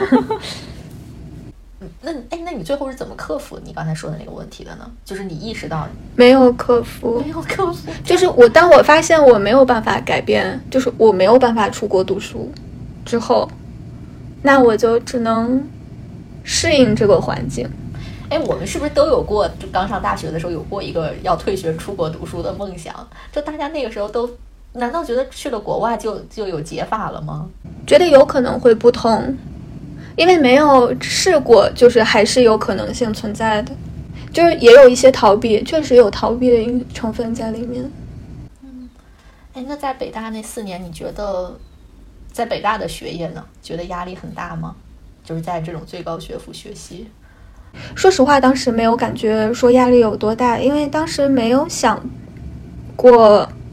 那你最后是怎么克服你刚才说的那个问题的呢？就是你意识到没有克服，就是当我发现我没有办法改变，就是我没有办法出国读书之后，那我就只能适应这个环境。 我们是不是都有过，就刚上大学的时候有过一个要退学出国读书的梦想？就大家那个时候都难道觉得去了国外就有解法了吗？ 觉得有可能会不同，因为没有试过，就是还是有可能性存在的，就是也有一些逃避，确实有逃避的一个成分在里面。 那在北大那4年，你觉得在北大的学业呢，觉得压力很大吗？就是在这种最高学府学习。 说实话，当时没有感觉说压力有多大，因为当时没有想过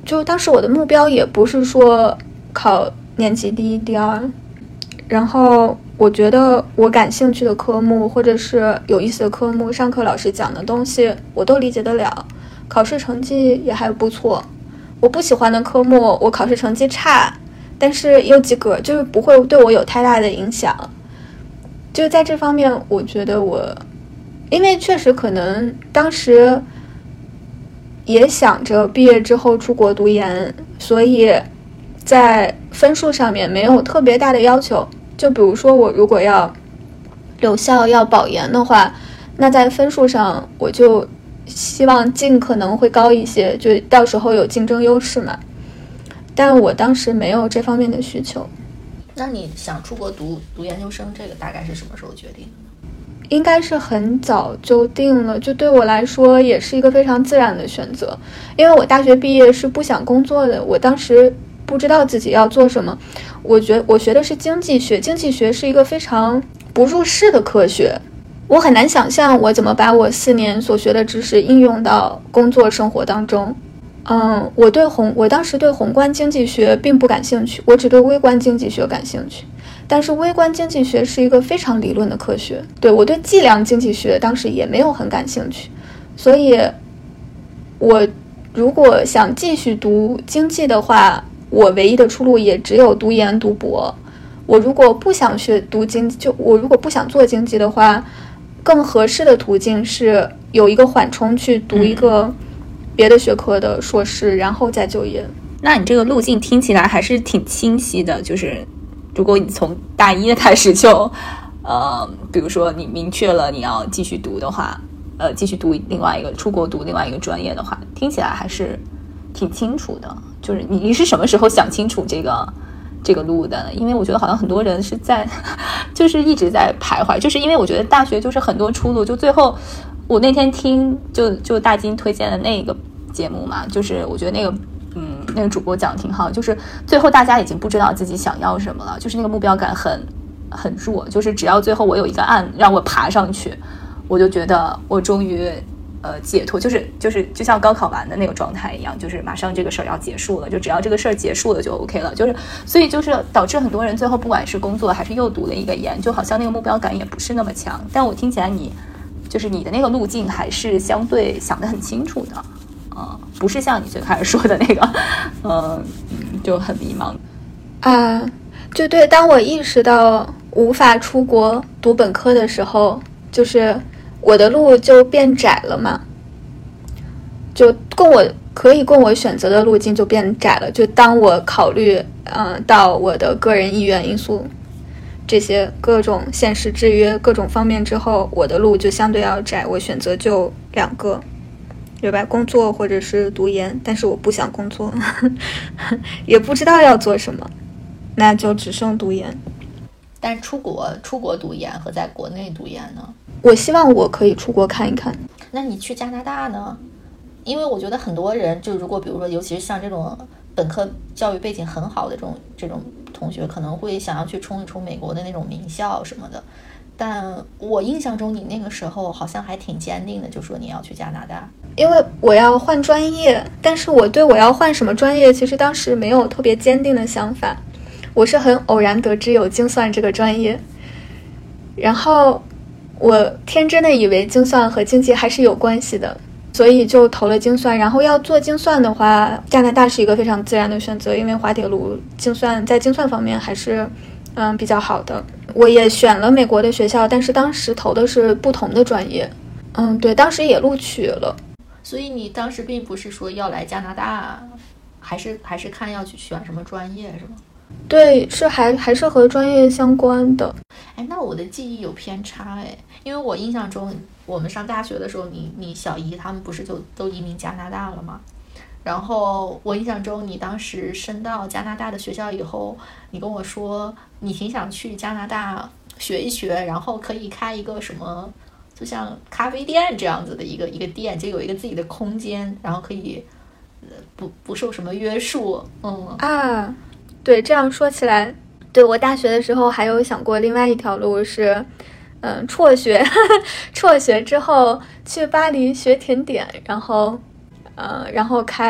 就当时我的目标也不是说考年级第一、第二，然后我觉得我感兴趣的科目或者是有意思的科目，上课老师讲的东西我都理解得了，考试成绩也还不错。我不喜欢的科目，我考试成绩差，但是有及格，就是不会对我有太大的影响。就在这方面，我觉得因为确实可能当时也想着毕业之后出国读研，所以在分数上面没有特别大的要求。就比如说我如果要留校要保研的话，那在分数上我就希望尽可能会高一些，就到时候有竞争优势嘛。但我当时没有这方面的需求。 那你想出国读研究生，这个大概是什么时候决定的？ 应该是很早就定了，就对我来说也是一个非常自然的选择。因为我大学毕业是不想工作的，我当时不知道自己要做什么。我学的是经济学，经济学是一个非常不入世的科学，我很难想象我怎么把我4年所学的知识应用到工作生活当中。我当时对宏观经济学并不感兴趣，我只对微观经济学感兴趣。但是微观经济学是一个非常理论的科学，我对计量经济学当时也没有很感兴趣。所以我如果想继续读经济的话，我唯一的出路也只有读研读博。我如果不想读经济，我如果不想做经济的话，更合适的途径是有一个缓冲去读一个别的学科的硕士，然后再就业。 那你这个路径听起来还是挺清晰的，就是如果你从大一开始就比如说你明确了你要继续读的话，继续读另外一个出国读另外一个专业的话，听起来还是挺清楚的。就是你是什么时候想清楚这个路的？因为我觉得好像很多人是在就是一直在徘徊，就是因为我觉得大学就是很多出路，就最后我那天听就大金推荐的那个节目嘛，就是我觉得那个主播讲的挺好，就是最后大家已经不知道自己想要什么了，就是那个目标感很弱，就是只要最后我有一个岸让我爬上去，我就觉得我终于解脱，就像高考完的那个状态一样，就是马上这个事儿要结束了，就只要这个事儿结束了就 OK 了，就是所以就是导致很多人最后不管是工作还是又读了一个研，就好像那个目标感也不是那么强。但我听起来你的那个路径还是相对想得很清楚的，不是像你最开始说的那个就很迷茫啊。就对，当我意识到无法出国读本科的时候，就是我的路就变窄了嘛，就可以供我选择的路径就变窄了。就当我考虑到我的个人意愿因素这些各种现实制约各种方面之后，我的路就相对要窄，我选择就2个，对吧？工作或者是读研，但是我不想工作也不知道要做什么，那就只剩读研。 但是出国读研和在国内读研呢？ 我希望我可以出国看一看。 那你去加拿大呢？因为我觉得很多人就如果比如说尤其是像这种本科教育背景很好的这种同学，可能会想要去冲一冲美国的那种名校什么的。但我印象中你那个时候好像还挺坚定的，就说你要去加拿大。 因为我要换专业，但是我对我要换什么专业其实当时没有特别坚定的想法。我是很偶然得知有精算这个专业，然后我天真的以为精算和经济还是有关系的，所以就投了精算。然后要做精算的话，加拿大是一个非常自然的选择，因为滑铁卢在精算方面还是比较好的。我也选了美国的学校，但是当时投的是不同的专业。对，当时也录取了。 所以你当时并不是说要来加拿大，还是看要去选什么专业是吗？ 对，是还是和专业相关的。 那我的记忆有偏差因为我印象中我们上大学的时候，你小姨他们不是就都移民加拿大了吗？然后我印象中你当时升到加拿大的学校以后，你跟我说你挺想去加拿大学一学，然后可以开一个什么就像咖啡店这样子的一个店，就有一个自己的空间，然后可以不受什么约束。 对，这样说起来，对，我大学的时候还有想过另外一条路是辍学辍学之后去巴黎学甜点，然后开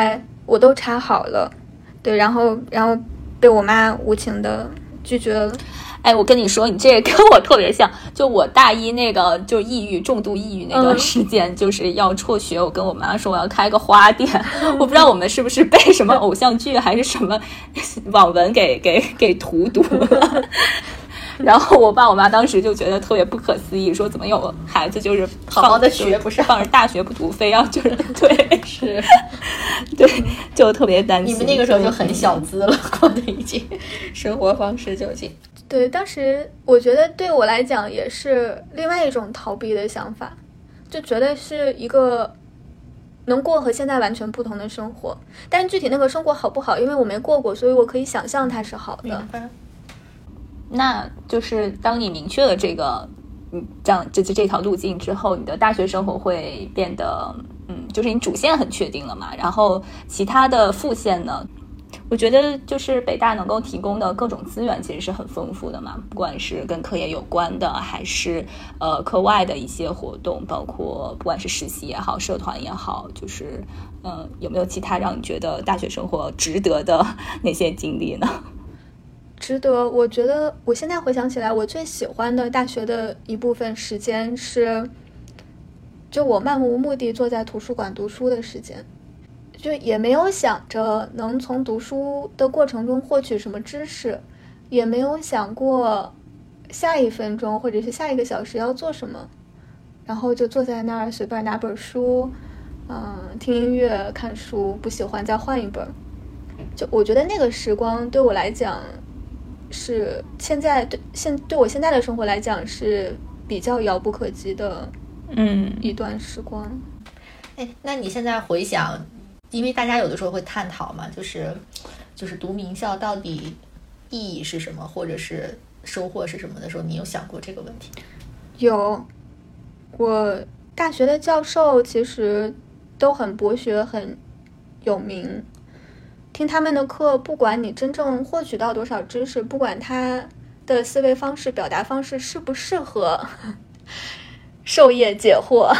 我都查好了，对，然后被我妈无情的拒绝了。 哎，我跟你说，你这个跟我特别像。就我大一那个就重度抑郁那段时间，就是要辍学，我跟我妈说我要开个花店。我不知道我们是不是被什么偶像剧还是什么网文给荼毒了。然后我爸我妈当时就觉得特别不可思议，说怎么有孩子就是好好的学不上， 放着大学不读，非要就是对是， 对，就特别担心。 你们那个时候就很小资了，过的已经生活方式就已经。 对，当时我觉得对我来讲也是另外一种逃避的想法，就觉得是一个能过和现在完全不同的生活，但是具体那个生活好不好，因为我没过过，所以我可以想象它是好的。 那就是当你明确了这个这条路径之后，你的大学生活会变得就是你主线很确定了嘛，然后其他的副线呢，我觉得就是北大能够提供的各种资源其实是很丰富的嘛，不管是跟科研有关的，还是课外的一些活动，包括不管是实习也好，社团也好，就是有没有其他让你觉得大学生活值得的那些经历呢？ 值得，我觉得我现在回想起来，我最喜欢的大学的一部分时间是，就我漫无目的坐在图书馆读书的时间。就也没有想着能从读书的过程中获取什么知识，也没有想过下一分钟或者是下一个小时要做什么，然后就坐在那儿随便拿本书，听音乐看书，不喜欢再换一本。就我觉得那个时光对我来讲是现在对我现在的生活来讲是比较遥不可及的一段时光。 那你现在回想，因为大家有的时候会探讨嘛，就是读名校到底意义是什么，或者是收获是什么的时候，你有想过这个问题？ 有，我大学的教授其实都很博学，很有名。听他们的课，不管你真正获取到多少知识，不管他的思维方式、表达方式适不适合授业解惑，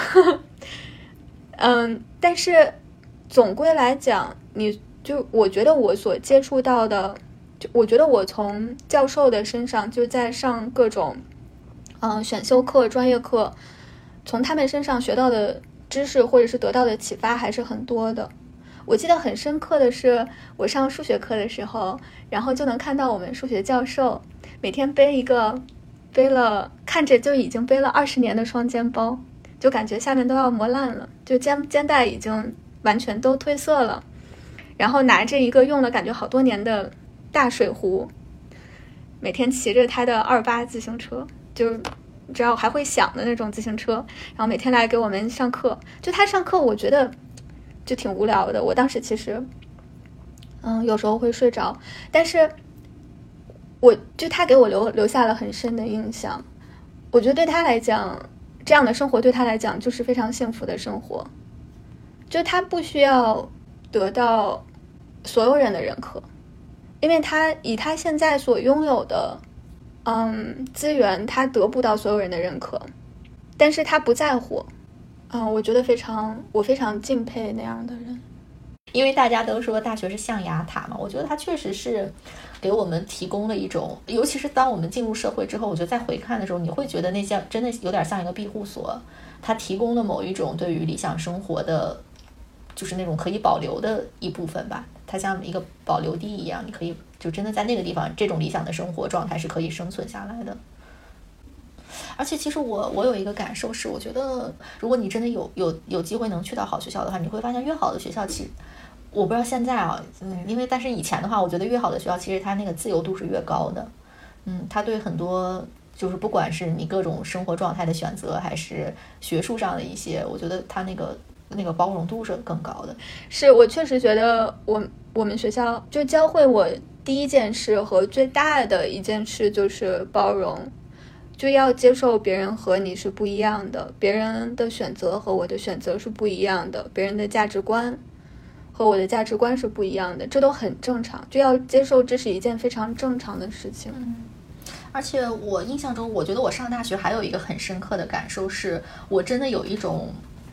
但是总归来讲，我觉得我所接触到的，我觉得我从教授的身上，就在上各种选修课、专业课，从他们身上学到的知识或者是得到的启发还是很多的。我记得很深刻的是，我上数学课的时候，然后就能看到我们数学教授每天背了看着就已经背了20年的双肩包，就感觉下面都要磨烂了，就肩带已经完全都褪色了，然后拿着一个用了感觉好多年的大水壶，每天骑着他的28自行车，就你知道还会响的那种自行车，然后每天来给我们上课。就他上课我觉得就挺无聊的，我当时其实有时候会睡着，但是他给我留下了很深的印象。我觉得对他来讲，这样的生活对他来讲就是非常幸福的生活，就他不需要得到所有人的认可，因为他以他现在所拥有的资源，他得不到所有人的认可，但是他不在乎。我觉得我非常敬佩那样的人。 因为大家都说大学是象牙塔嘛，我觉得它确实是给我们提供了一种，尤其是当我们进入社会之后，我觉得再回看的时候，你会觉得那些真的有点像一个庇护所，它提供了某一种对于理想生活的，就是那种可以保留的一部分吧，它像一个保留地一样，你可以就真的在那个地方，这种理想的生活状态是可以生存下来的。而且其实我有一个感受是，我觉得如果你真的有机会能去到好学校的话，你会发现越好的学校其实我不知道现在但是以前的话，我觉得越好的学校其实它那个自由度是越高的。它对很多就是不管是你各种生活状态的选择，还是学术上的一些，我觉得它那个包容度是更高的。 是，我确实觉得我们学校就教会我第一件事和最大的一件事就是包容。就要接受别人和你是不一样的，别人的选择和我的选择是不一样的，别人的价值观和我的价值观是不一样的，这都很正常，就要接受这是一件非常正常的事情。 而且我印象中，我觉得我上大学还有一个很深刻的感受是，我真的有一种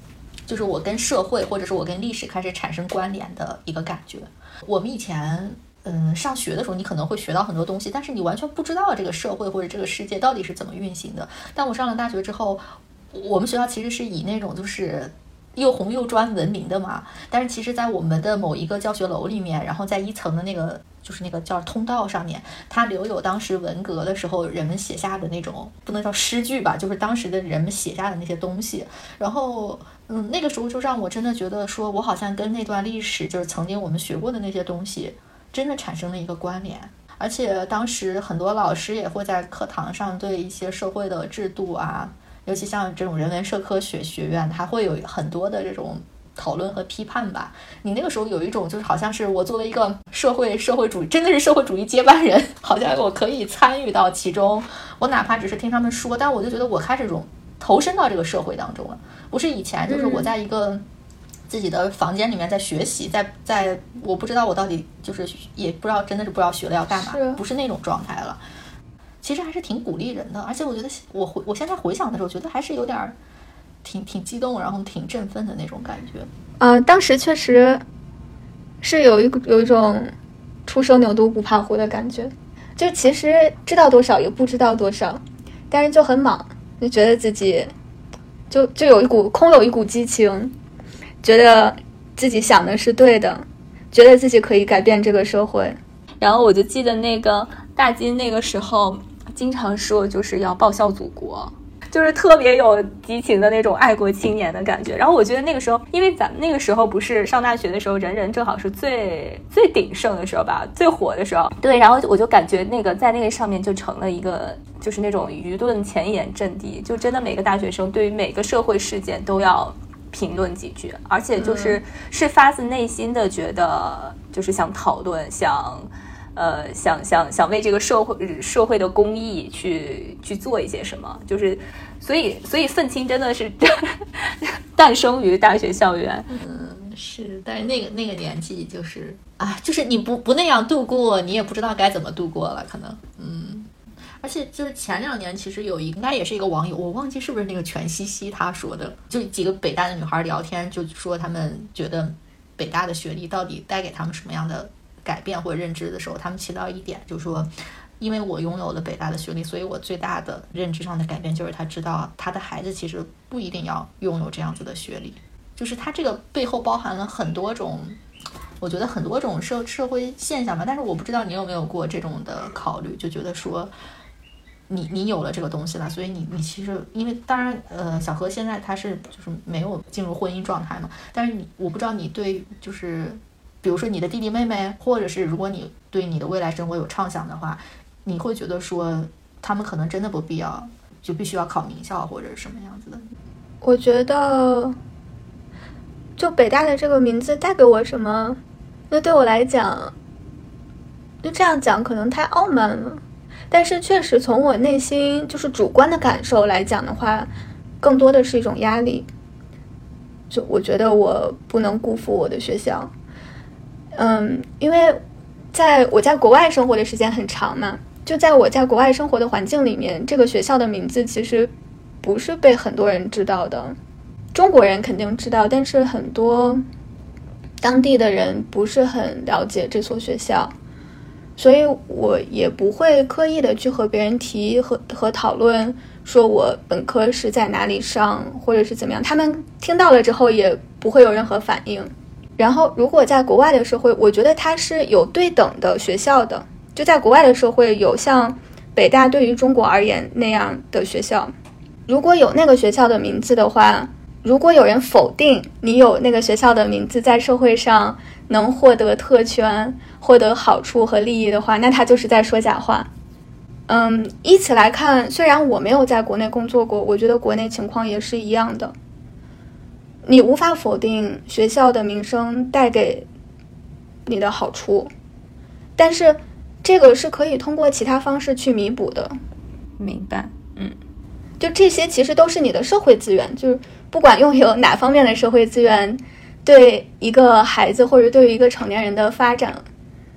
就是我跟社会或者是我跟历史开始产生关联的一个感觉。我们以前上学的时候，你可能会学到很多东西，但是你完全不知道这个社会或者这个世界到底是怎么运行的。但我上了大学之后，我们学校其实是以那种就是又红又专闻名的嘛，但是其实在我们的某一个教学楼里面，然后在一层的那个就是那个叫通道上面，它留有当时文革的时候人们写下的那种，不能叫诗句吧，就是当时的人们写下的那些东西。然后那个时候就让我真的觉得说，我好像跟那段历史，就是曾经我们学过的那些东西真的产生了一个关联。而且当时很多老师也会在课堂上对一些社会的制度啊，尤其像这种人文社科学学院，它会有很多的这种讨论和批判吧。你那个时候有一种就是好像是我作为一个社会主义，真的是社会主义接班人，好像我可以参与到其中。我哪怕只是听他们说，但我就觉得我开始投身到这个社会当中了。不是以前就是我在一个自己的房间里面在学习，在我不知道我到底就是也不知道，真的是不知道学了要干嘛，不是那种状态了。其实还是挺鼓励人的，而且我觉得我现在回想的时候，觉得还是有点挺激动，然后挺振奋的那种感觉。 当时确实是有一种初生牛犊不怕虎的感觉，就其实知道多少也不知道多少，但是就很莽，就觉得自己就有一股激情，觉得自己想的是对的，觉得自己可以改变这个社会。 然后我就记得那个大金那个时候经常说就是要报效祖国，就是特别有激情的那种爱国青年的感觉。然后我觉得那个时候，因为咱们那个时候不是上大学的时候，人正好是最鼎盛的时候吧，最火的时候。对，然后我就感觉那个在那个上面就成了一个就是那种舆论前沿阵地，就真的每个大学生对于每个社会事件都要评论几句，而且是发自内心的觉得就是想讨论，想为这个社会的公益去做一些什么，就是所以愤青真的是诞生于大学校园。 是，但是那个年纪就是就是你不那样度过，你也不知道该怎么度过了，可能而且就是前2年，其实应该也是一个网友，我忘记是不是那个全西西他说的，就几个北大的女孩聊天，就说他们觉得北大的学历到底带给他们什么样的改变或者认知的时候，他们提到一点，就是说因为我拥有了北大的学历，所以我最大的认知上的改变就是他知道他的孩子其实不一定要拥有这样子的学历，就是他这个背后包含了很多种，我觉得很多种社会现象吧。但是我不知道你有没有过这种的考虑，就觉得说你有了这个东西了，所以你其实因为当然小何现在他是就是没有进入婚姻状态嘛，但是我不知道你对就是比如说你的弟弟妹妹，或者是如果你对你的未来生活有畅想的话，你会觉得说他们可能真的不必要就必须要考名校或者是什么样子的？ 我觉得就北大的这个名字带给我什么，那对我来讲就这样讲可能太傲慢了，但是确实从我内心就是主观的感受来讲的话，更多的是一种压力，就我觉得我不能辜负我的学校。因为我在国外生活的时间很长嘛，就在我在国外生活的环境里面，这个学校的名字其实不是被很多人知道的。中国人肯定知道，但是很多当地的人不是很了解这所学校，所以我也不会刻意的去和别人提和讨论说我本科是在哪里上或者是怎么样，他们听到了之后也不会有任何反应。然后如果在国外的社会，我觉得它是有对等的学校的，就在国外的社会有像北大对于中国而言那样的学校，如果有那个学校的名字的话，如果有人否定你有那个学校的名字在社会上能获得特权获得好处和利益的话，那他就是在说假话。以此来看，虽然我没有在国内工作过，我觉得国内情况也是一样的。你无法否定学校的名声带给你的好处，但是这个是可以通过其他方式去弥补的。 明白。 就这些其实都是你的社会资源，就是不管拥有哪方面的社会资源，对一个孩子或者对于一个成年人的发展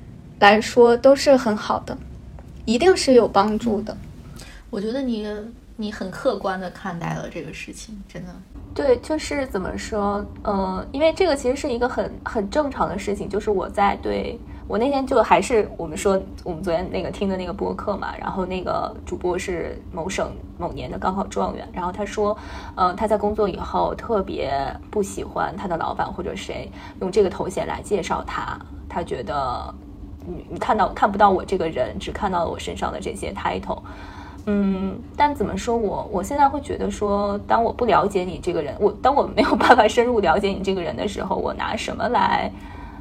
来说都是很好的，一定是有帮助的。 我觉得你你很客观的看待了这个事情，真的。 对，就是怎么说，因为这个其实是一个很正常的事情，就是我那天就还是我们昨天那个听的那个播客嘛，然后那个主播是某省某年的高考状元，然后他说，他在工作以后特别不喜欢他的老板或者谁用这个头衔来介绍他，他觉得你看不到我这个人，只看到了我身上的这些 title。但怎么说，我现在会觉得说，当我不了解你这个人，当我没有办法深入了解你这个人的时候，我拿什么来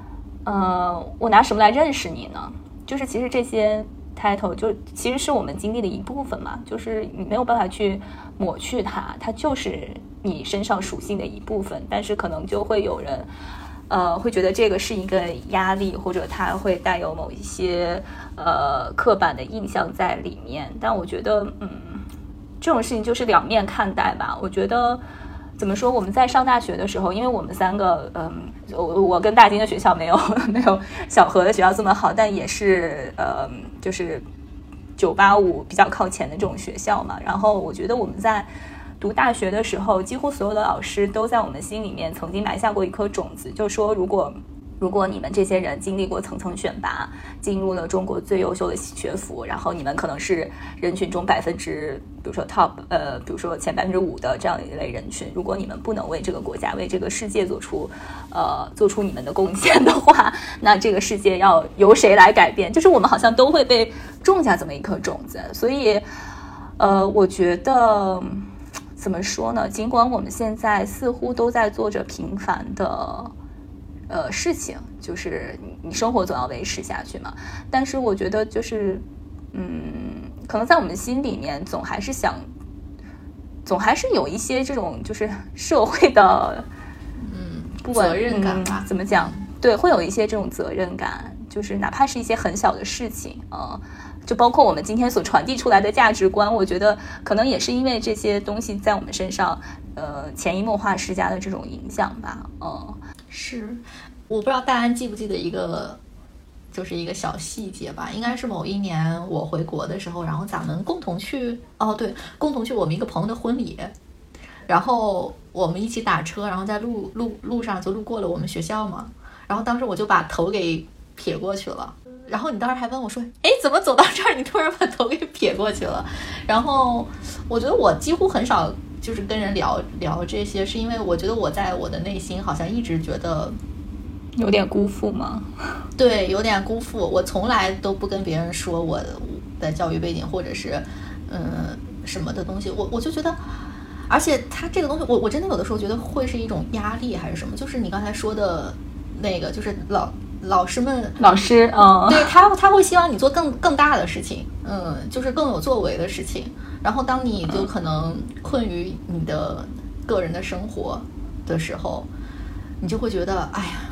认识你呢？就是其实这些 title 就其实是我们经历的一部分嘛，就是你没有办法去抹去它，它就是你身上属性的一部分，但是可能就会有人会觉得这个是一个压力，或者它会带有某一些刻板的印象在里面。但我觉得这种事情就是两面看待吧。我觉得怎么说，我们在上大学的时候，因为我们三个我跟大金的学校没有小何的学校这么好，但也是就是985比较靠前的这种学校嘛。然后我觉得我们在读大学的时候，几乎所有的老师都在我们心里面曾经埋下过一颗种子，就说如果你们这些人经历过层层选拔，进入了中国最优秀的学府，然后你们可能是人群中比如说 top 比如说前5%的这样一类人群，如果你们不能为这个国家为这个世界做出你们的贡献的话，那这个世界要由谁来改变？就是我们好像都会被种下这么一颗种子。所以我觉得怎么说呢，尽管我们现在似乎都在做着平凡的事情，就是你生活总要维持下去嘛，但是我觉得就是可能在我们心里面总还是有一些这种就是社会的不管责任感吧， 怎么讲，对，会有一些这种责任感，就是哪怕是一些很小的事情就包括我们今天所传递出来的价值观，我觉得可能也是因为这些东西在我们身上潜移默化施加的这种影响吧。 是，我不知道大安记不记得一个小细节吧，应该是某一年我回国的时候，然后咱们共同去我们一个朋友的婚礼，然后我们一起打车，然后在路上就路过了我们学校嘛，然后当时我就把头给撇过去了，然后你当时还问我说，哎，怎么走到这儿你突然把头给撇过去了？然后我觉得我几乎很少就是跟人聊这些，是因为我觉得我在我的内心好像一直觉得有点辜负吗？ 对，有点辜负。我从来都不跟别人说我的教育背景或者是什么的东西，我就觉得，而且他这个东西我真的有的时候觉得会是一种压力还是什么，就是你刚才说的那个，就是老师对他会希望你做更大的事情，就是更有作为的事情，然后当你就可能困于你的个人的生活的时候，你就会觉得，哎呀，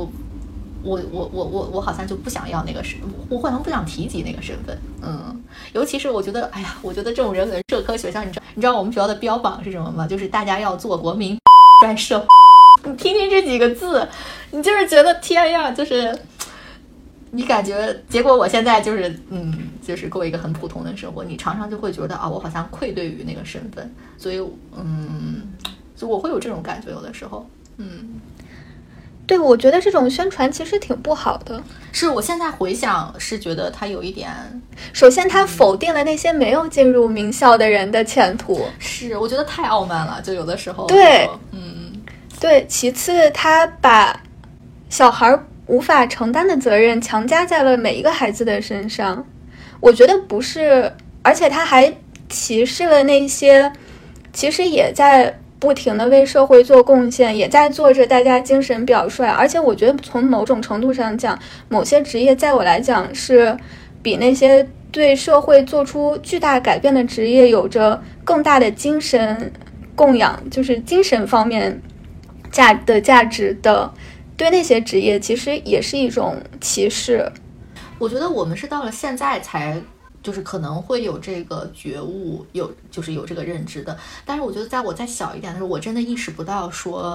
我好像就不想要那个我好像不想提及那个身份，尤其是我觉得，哎呀，我觉得这种人文社科学校，你知道我们学校的标榜是什么吗？就是大家要做国民专社，你听听这几个字，你就是觉得天呀，就是你感觉，结果我现在就是就是过一个很普通的生活，你常常就会觉得我好像愧对于那个身份，所以就我会有这种感觉，有的时候， 对，我觉得这种宣传其实挺不好的。 是我现在回想是觉得它有一点， 首先它否定了那些没有进入名校的人的前途， 是我觉得太傲慢了，就有的时候对，对。其次，他把小孩无法承担的责任强加在了每一个孩子的身上，我觉得不是，而且他还歧视了那些其实也在不停地为社会做贡献，也在做着大家精神表率，而且我觉得从某种程度上讲，某些职业在我来讲是比那些对社会做出巨大改变的职业有着更大的精神供养，就是精神方面价值的，对那些职业其实也是一种歧视。 我觉得我们是到了现在才就是可能会有这个觉悟，就是有这个认知的。但是我觉得在我再小一点的时候，我真的意识不到说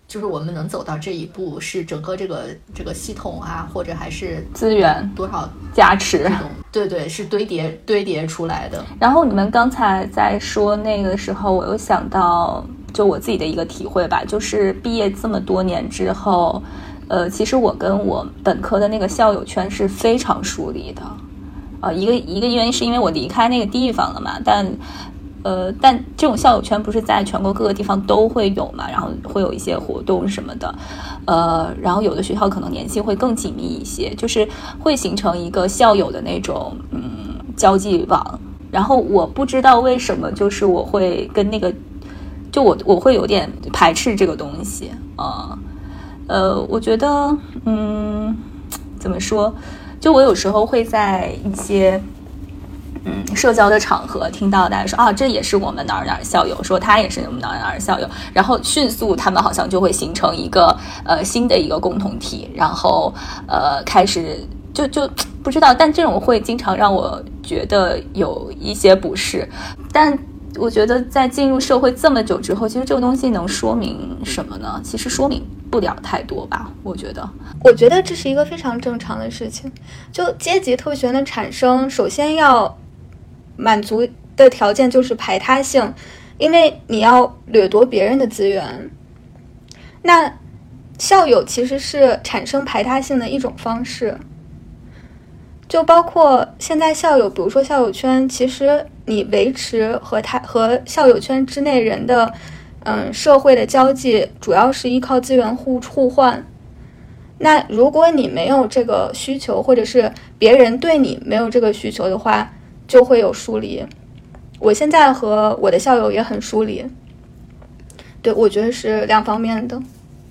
就是我们能走到这一步，是整个这个系统啊，或者还是资源多少加持， 对，是堆叠出来的。 然后你们刚才在说那个时候，我又想到就我自己的一个体会吧，就是毕业这么多年之后，其实我跟我本科的那个校友圈是非常疏离的。一个原因是因为我离开那个地方了嘛，但这种校友圈不是在全国各个地方都会有嘛，然后会有一些活动什么的，然后有的学校可能联系会更紧密一些，就是会形成一个校友的那种交际网。然后我不知道为什么，就是我会跟那个，就我会有点排斥这个东西我觉得怎么说？就我有时候会在一些社交的场合听到大家说这也是我们哪儿哪儿校友，说他也是我们哪儿哪儿校友，然后迅速他们好像就会形成一个新的一个共同体，然后开始就不知道，但这种会经常让我觉得有一些不适。但我觉得在进入社会这么久之后，其实这个东西能说明什么呢？其实说明不了太多吧，我觉得这是一个非常正常的事情。就阶级特权的产生，首先要满足的条件就是排他性，因为你要掠夺别人的资源。那校友其实是产生排他性的一种方式，就包括现在校友，比如说校友圈，其实你维持和校友圈之内人的社会的交际，主要是依靠资源互换。那如果你没有这个需求，或者是别人对你没有这个需求的话，就会有疏离。我现在和我的校友也很疏离，对，我觉得是两方面的。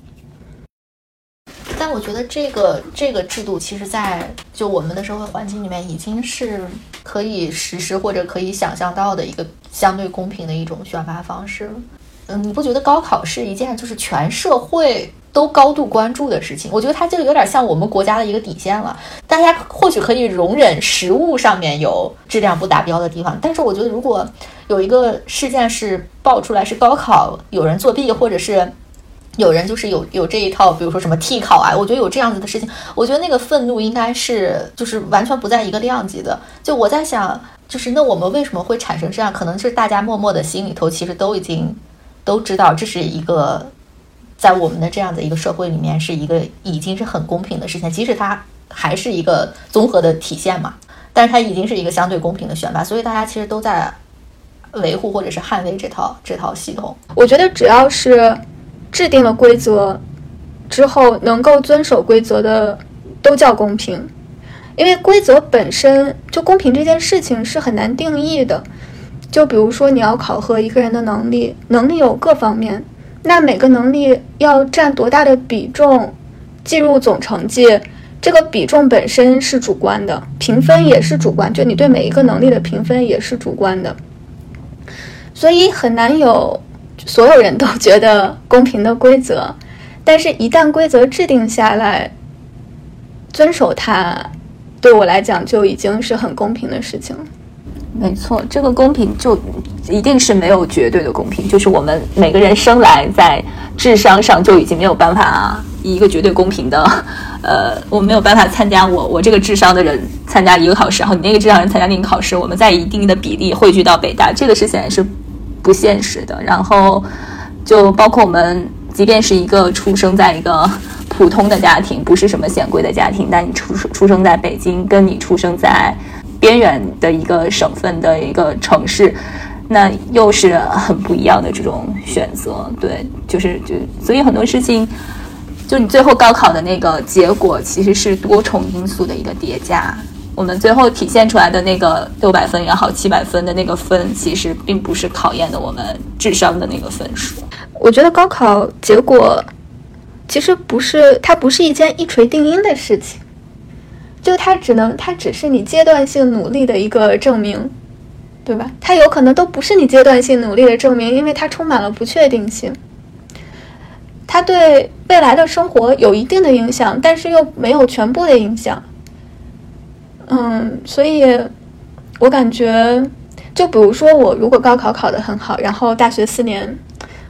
但我觉得这个制度其实在就我们的社会环境里面已经是可以实施或者可以想象到的一个相对公平的一种选拔方式了。你不觉得高考是一件就是全社会都高度关注的事情？我觉得它就有点像我们国家的一个底线了。大家或许可以容忍食物上面有质量不达标的地方，但是我觉得如果有一个事件是爆出来是高考有人作弊，或者是有人就是有这一套，比如说什么替考啊，我觉得有这样子的事情，我觉得那个愤怒应该是就是完全不在一个量级的。就我在想，就是那我们为什么会产生这样？可能是大家默默的心里头其实都知道这是一个在我们的这样的一个社会里面是一个已经是很公平的事情，即使它还是一个综合的体现嘛，但是它已经是一个相对公平的选拔，所以大家其实都在维护或者是捍卫这套系统。 我觉得只要是制定了规则之后能够遵守规则的都叫公平，因为规则本身就公平这件事情是很难定义的。就比如说你要考核一个人的能力有各方面，那每个能力要占多大的比重计入总成绩，这个比重本身是主观的，评分也是主观，就你对每一个能力的评分也是主观的，所以很难有所有人都觉得公平的规则。但是一旦规则制定下来，遵守它对我来讲就已经是很公平的事情了。 没错，这个公平就一定是没有绝对的公平，就是我们每个人生来在智商上就已经没有办法以一个绝对公平的我没有办法参加我这个智商的人参加一个考试，然后你那个智商人参加另一个考试，我们在一定的比例汇聚到北大，这个是显然是不现实的。然后就包括我们即便是一个出生在一个普通的家庭，不是什么显贵的家庭，但你出生在北京，跟你出生在边远的一个省份的一个城市，那又是很不一样的这种选择。对，所以很多事情，就你最后高考的那个结果其实是多重因素的一个叠加。我们最后体现出来的那个600分也好700分的那个分，其实并不是考验的我们智商的那个分数。 我觉得高考结果其实它不是一件一锤定音的事情，就它只是你阶段性努力的一个证明，对吧？它有可能都不是你阶段性努力的证明，因为它充满了不确定性，它对未来的生活有一定的影响，但是又没有全部的影响。所以我感觉，就比如说我如果高考考得很好，然后大学4年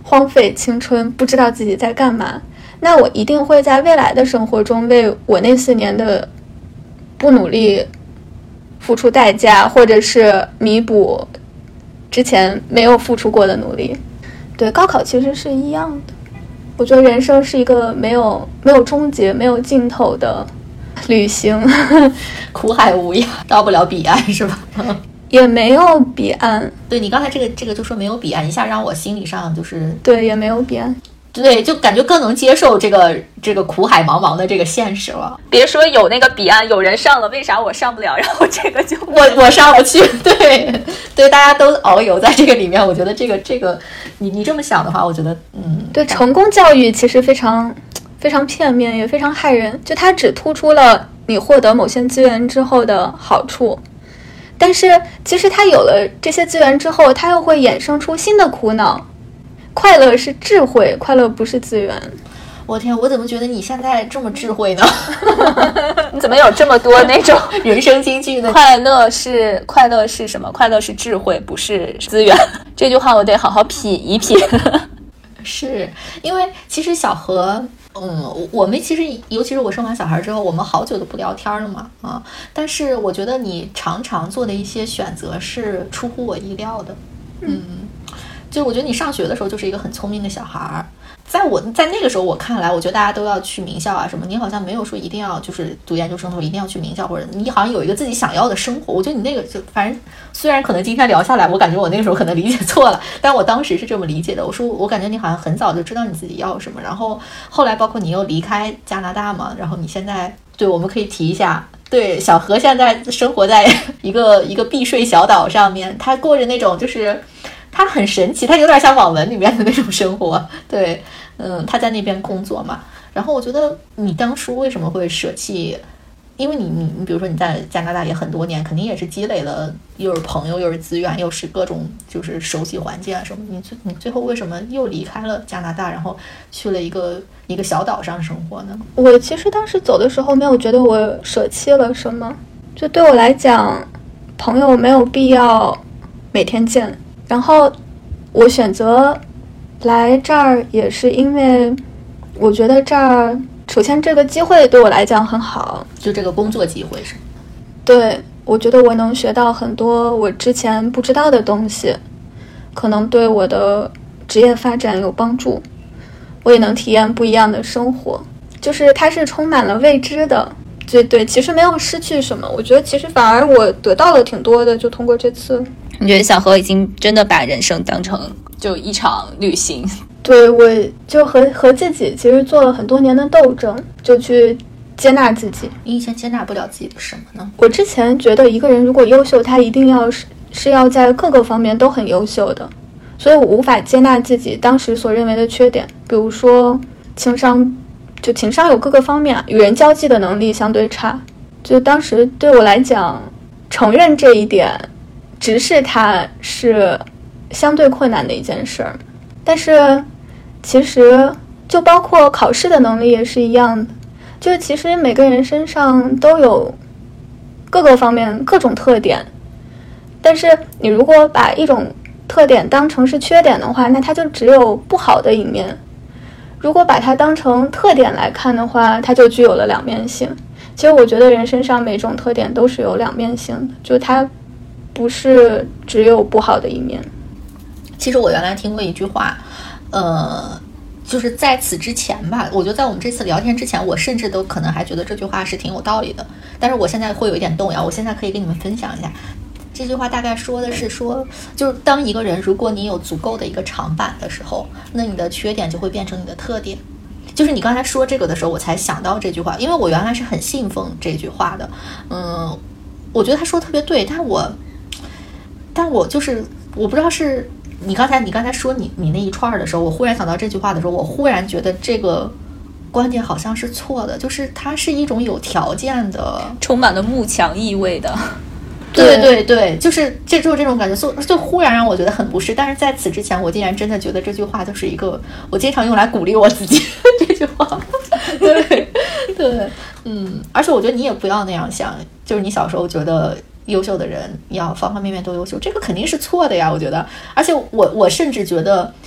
荒废青春，不知道自己在干嘛，那我一定会在未来的生活中为我那4年的不努力付出代价，或者是弥补之前没有付出过的努力。对，高考其实是一样的。我觉得人生是一个没有终结、没有尽头的旅行， 苦海无涯，到不了彼岸，是吧？ 也没有彼岸。 对，你刚才这个就说没有彼岸，一下让我心理上就是对，也没有彼岸。 对，就感觉更能接受这个苦海茫茫的这个现实了。 别说有那个彼岸，有人上了，为啥我上不了？然后这个就我上不去。对，大家都遨游在这个里面。我觉得这个你这么想的话，我觉得对，成功教育其实非常非常片面，也非常害人。就它只突出了你获得某些资源之后的好处，但是其实它有了这些资源之后，它又会衍生出新的苦恼。快乐是智慧，快乐不是资源。 我天，我怎么觉得你现在这么智慧呢？ 你怎么有这么多那种人生金句呢？ 快乐是什么？快乐是智慧，不是资源。这句话我得好好品一品。 是因为其实小何，我们其实尤其是我生完小孩之后，我们好久都不聊天了嘛，但是我觉得你常常做的一些选择是出乎我意料的，就我觉得你上学的时候就是一个很聪明的小孩，在那个时候我看来，我觉得大家都要去名校啊什么，你好像没有说一定要就是读研究生的时候一定要去名校，或者你好像有一个自己想要的生活。我觉得你那个就反正虽然可能今天聊下来，我感觉我那个时候可能理解错了，但我当时是这么理解的。我感觉你好像很早就知道你自己要什么，然后后来包括你又离开加拿大嘛，然后你现在对我们可以提一下。对，小何现在生活在一个避税小岛上面，他过着那种就是他很神奇，他有点像网文里面的那种生活。对，他在那边工作嘛。然后我觉得你当初为什么会舍弃？因为你比如说你在加拿大也很多年，肯定也是积累了又是朋友又是资源又是各种就是熟悉环境啊什么。你最后为什么又离开了加拿大，然后去了一个小岛上生活呢？ 我其实当时走的时候没有觉得我舍弃了什么，就对我来讲，朋友没有必要每天见。然后我选择来这儿也是因为我觉得这儿首先这个机会对我来讲很好， 就这个工作机会是？ 对，我觉得我能学到很多我之前不知道的东西，可能对我的职业发展有帮助，我也能体验不一样的生活，就是它是充满了未知的。对，其实没有失去什么，我觉得其实反而我得到了挺多的，就通过这次。 你觉得小何已经真的把人生当成就一场旅行？ 对，我就和自己其实做了很多年的斗争，就去接纳自己。 你以前接纳不了自己的什么呢？ 我之前觉得一个人如果优秀，他一定是要在各个方面都很优秀的，所以我无法接纳自己当时所认为的缺点，比如说情商有各个方面，与人交际的能力相对差，就当时对我来讲，承认这一点，直视它是相对困难的一件事儿。但是其实就包括考试的能力也是一样的，就其实每个人身上都有各个方面各种特点，但是你如果把一种特点当成是缺点的话，那它就只有不好的一面。如果把它当成特点来看的话，它就具有了两面性。其实我觉得人身上每种特点都是有两面性的，就它不是只有不好的一面。 其实我原来听过一句话，就是在此之前吧，我觉得在我们这次聊天之前，我甚至都可能还觉得这句话是挺有道理的，但是我现在会有一点动摇，我现在可以跟你们分享一下。这句话大概说的是就是当一个人如果你有足够的一个长板的时候，那你的缺点就会变成你的特点。就是你刚才说这个的时候，我才想到这句话，因为我原来是很信奉这句话的。我觉得他说的特别对，但我就是我不知道是你刚才说你那一串的时候，我忽然想到这句话的时候，我忽然觉得这个观点好像是错的，就是它是一种有条件的， 充满了慕强意味的。 对，就是这种感觉，就忽然让我觉得很不适。但是在此之前，我竟然真的觉得这句话就是一个我经常用来鼓励我自己这句话。对，而且我觉得你也不要那样想，就是你小时候觉得优秀的人要方方面面都优秀，这个肯定是错的呀，我觉得。而且我甚至觉得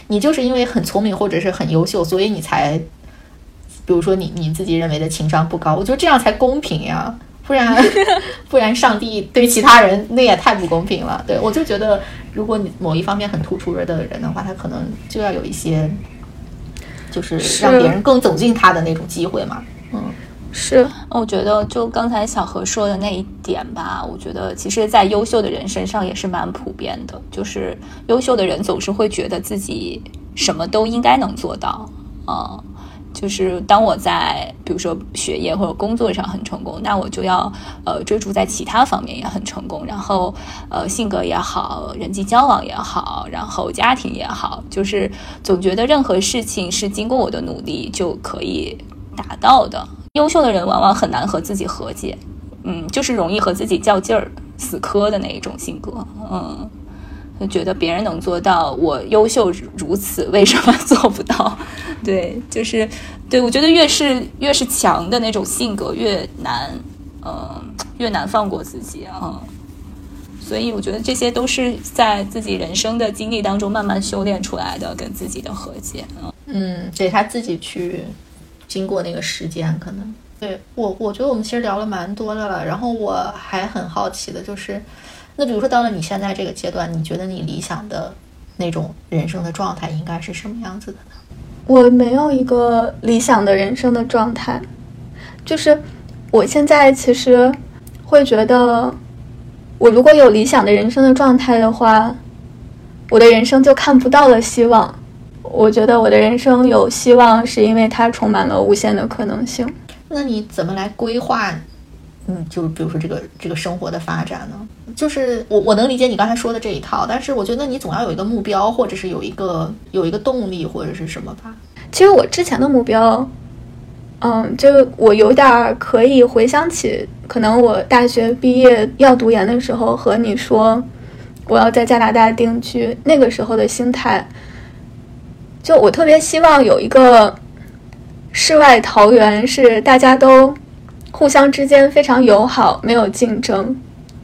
你就是因为很聪明或者是很优秀，所以你才，比如说你自己认为的情商不高，我觉得这样才公平呀，不然上帝对其他人那也太不公平了。对，我就觉得如果你某一方面很突出的人的话，他可能就要有一些就是让别人更走近他的那种机会嘛。 是， 我觉得就刚才小何说的那一点吧，我觉得其实在优秀的人身上也是蛮普遍的，就是优秀的人总是会觉得自己什么都应该能做到，就是当我在比如说学业或者工作上很成功，那我就要追逐在其他方面也很成功，然后性格也好，人际交往也好，然后家庭也好，就是总觉得任何事情是经过我的努力就可以达到的。优秀的人往往很难和自己和解，就是容易和自己较劲儿、死磕的那一种性格，就觉得别人能做到，我优秀如此，为什么做不到？对，就是对，我觉得越是强的那种性格越难放过自己啊。所以我觉得这些都是在自己人生的经历当中慢慢修炼出来的，跟自己的和解。 得他自己去经过那个时间，可能对我觉得我们其实聊了蛮多的了。然后我还很好奇的就是，那比如说到了你现在这个阶段，你觉得你理想的那种人生的状态应该是什么样子的呢？ 我没有一个理想的人生的状态，就是我现在其实会觉得，我如果有理想的人生的状态的话，我的人生就看不到了希望。我觉得我的人生有希望，是因为它充满了无限的可能性。 那你怎么来规划？就比如说这个生活的发展呢？就是我能理解你刚才说的这一套，但是我觉得你总要有一个目标，或者是有一个动力，或者是什么吧。 其实我之前的目标，就我有点可以回想起，可能我大学毕业要读研的时候和你说我要在加拿大定居，那个时候的心态。就我特别希望有一个世外桃源，是大家都互相之间非常友好，没有竞争，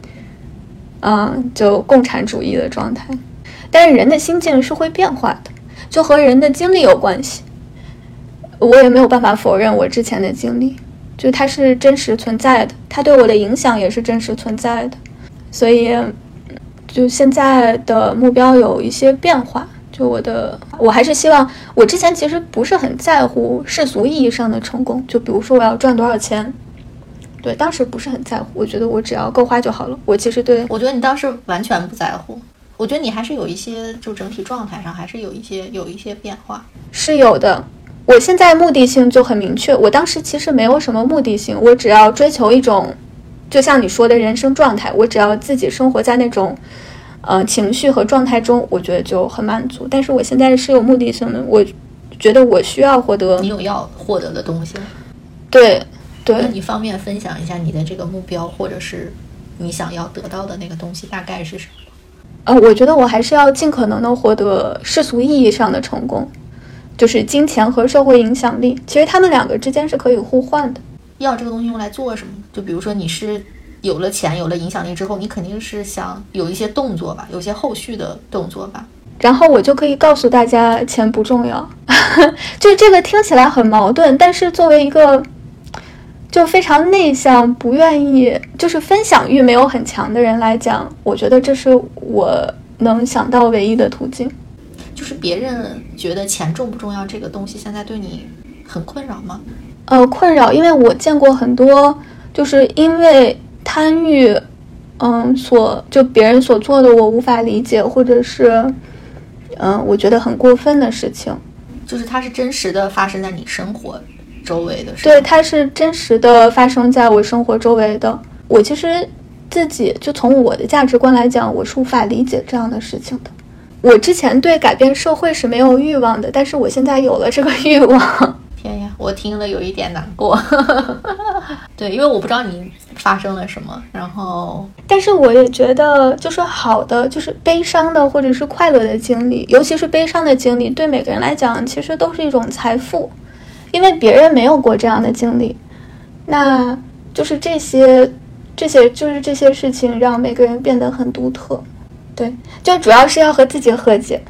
就共产主义的状态。但是人的心境是会变化的，就和人的经历有关系。我也没有办法否认我之前的经历，就它是真实存在的，它对我的影响也是真实存在的。所以就现在的目标有一些变化，就我还是希望，我之前其实不是很在乎世俗意义上的成功，就比如说我要赚多少钱，对，当时不是很在乎，我觉得我只要够花就好了。我其实我觉得你当时完全不在乎，我觉得你还是有一些，就整体状态上还是有一些变化， 是有的。我现在目的性就很明确，我当时其实没有什么目的性，我只要追求一种，就像你说的人生状态，我只要自己生活在那种情绪和状态中，我觉得就很满足。但是我现在是有目的性的，我觉得我需要获得， 你有要获得的东西。 对， 那你方便分享一下你的这个目标，或者是你想要得到的那个东西大概是什么？ 我觉得我还是要尽可能的获得世俗意义上的成功，就是金钱和社会影响力，其实他们两个之间是可以互换的。 要这个东西用来做什么？就比如说你是有了钱有了影响力之后，你肯定是想有一些动作吧，有一些后续的动作吧， 然后我就可以告诉大家钱不重要就这个听起来很矛盾，但是作为一个就非常内向不愿意就是分享欲没有很强的人来讲，我觉得这是我能想到唯一的途径。 就是别人觉得钱重不重要这个东西现在对你很困扰吗？ 困扰，因为我见过很多就是因为贪欲就别人所做的我无法理解，或者是我觉得很过分的事情， 就是它是真实的发生在你生活周围的事。 对，它是真实的发生在我生活周围的。我其实自己就从我的价值观来讲，我是无法理解这样的事情的。我之前对改变社会是没有欲望的，但是我现在有了这个欲望。 天呀，我听了有一点难过对，因为我不知道你发生了什么，然后但是我也觉得就是好的，就是悲伤的或者是快乐的经历，尤其是悲伤的经历，对每个人来讲其实都是一种财富，因为别人没有过这样的经历，那就是这些事情让每个人变得很独特。对，就主要是要和自己和解，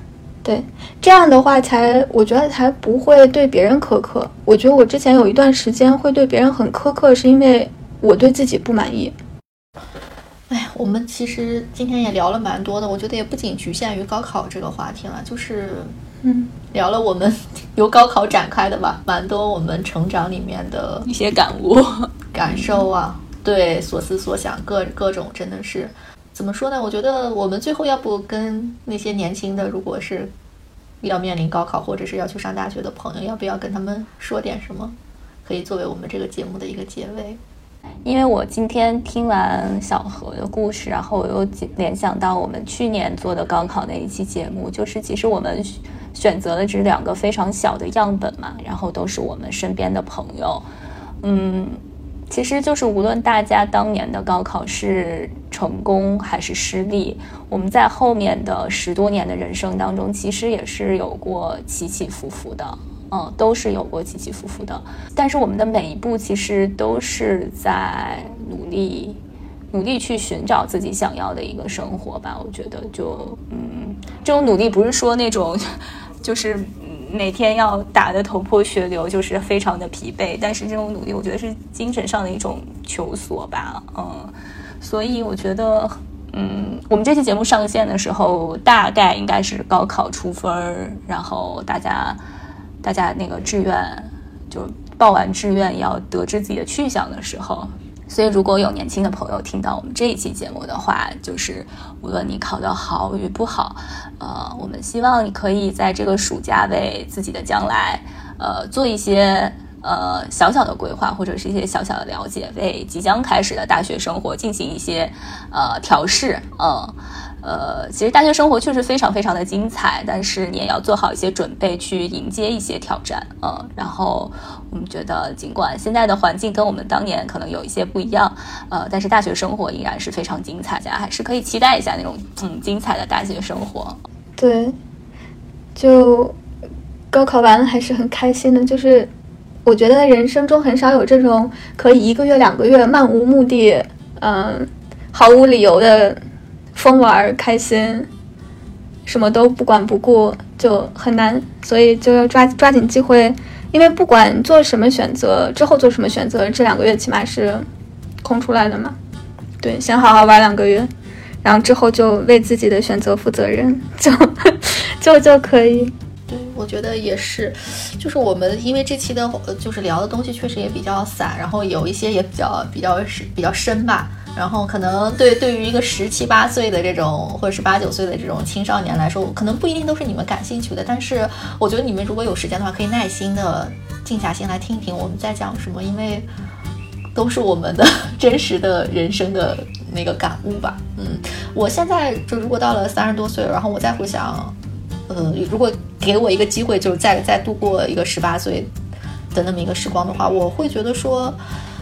对，这样的话我觉得才不会对别人苛刻。我觉得我之前有一段时间会对别人很苛刻，是因为我对自己不满意。 哎，我们其实今天也聊了蛮多的，我觉得也不仅局限于高考这个话题了，就是聊了我们由高考展开的吧，蛮多我们成长里面的一些感悟、 感受啊，对，所思所想，各种真的是怎么说呢？我觉得我们最后要不跟那些年轻的，如果是要面临高考或者是要去上大学的朋友，要不要跟他们说点什么，可以作为我们这个节目的一个结尾？ 因为我今天听完小何的故事，然后我又联想到我们去年做的高考那一期节目，就是其实我们选择的只是2个非常小的样本嘛，然后都是我们身边的朋友。其实就是无论大家当年的高考是成功还是失利，我们在后面的10多年的人生当中，其实也是有过起起伏伏的。都是有过起起伏伏的，但是我们的每一步其实都是在努力去寻找自己想要的一个生活吧。我觉得这种努力不是说那种就是每天要打得头破血流，就是非常的疲惫，但是这种努力我觉得是精神上的一种求索吧。所以我觉得我们这期节目上线的时候大概应该是高考出分，然后大家那个志愿就报完志愿要得知自己的去向的时候，所以如果有年轻的朋友听到我们这一期节目的话，就是无论你考得好与不好，我们希望你可以在这个暑假为自己的将来做一些小小的规划，或者是一些小小的了解，为即将开始的大学生活进行一些调试。其实大学生活确实非常非常的精彩，但是你也要做好一些准备去迎接一些挑战。然后我们觉得尽管现在的环境跟我们当年可能有一些不一样，但是大学生活依然是非常精彩，大家还是可以期待一下那种精彩的大学生活。 对，就高考完还是很开心的，就是我觉得人生中很少有这种可以1个月2个月漫无目的毫无理由的疯玩开心，什么都不管不顾，就很难，所以就要抓紧机会，因为不管做什么选择，之后做什么选择，这2个月起码是空出来的嘛。对，先好好玩2个月，然后之后就为自己的选择负责任，就可以。 对，我觉得也是，就是我们因为这期的就是聊的东西确实也比较散，然后有一些也比较深吧。然后可能对于一个17、18岁的这种，或者是8、9岁的这种青少年来说，可能不一定都是你们感兴趣的。但是我觉得你们如果有时间的话，可以耐心的静下心来听一听我们在讲什么，因为都是我们的真实的人生的那个感悟吧。我现在就如果到了30多岁，然后我再回想，如果给我一个机会，就是再度过一个18岁的那么一个时光的话，我会觉得说，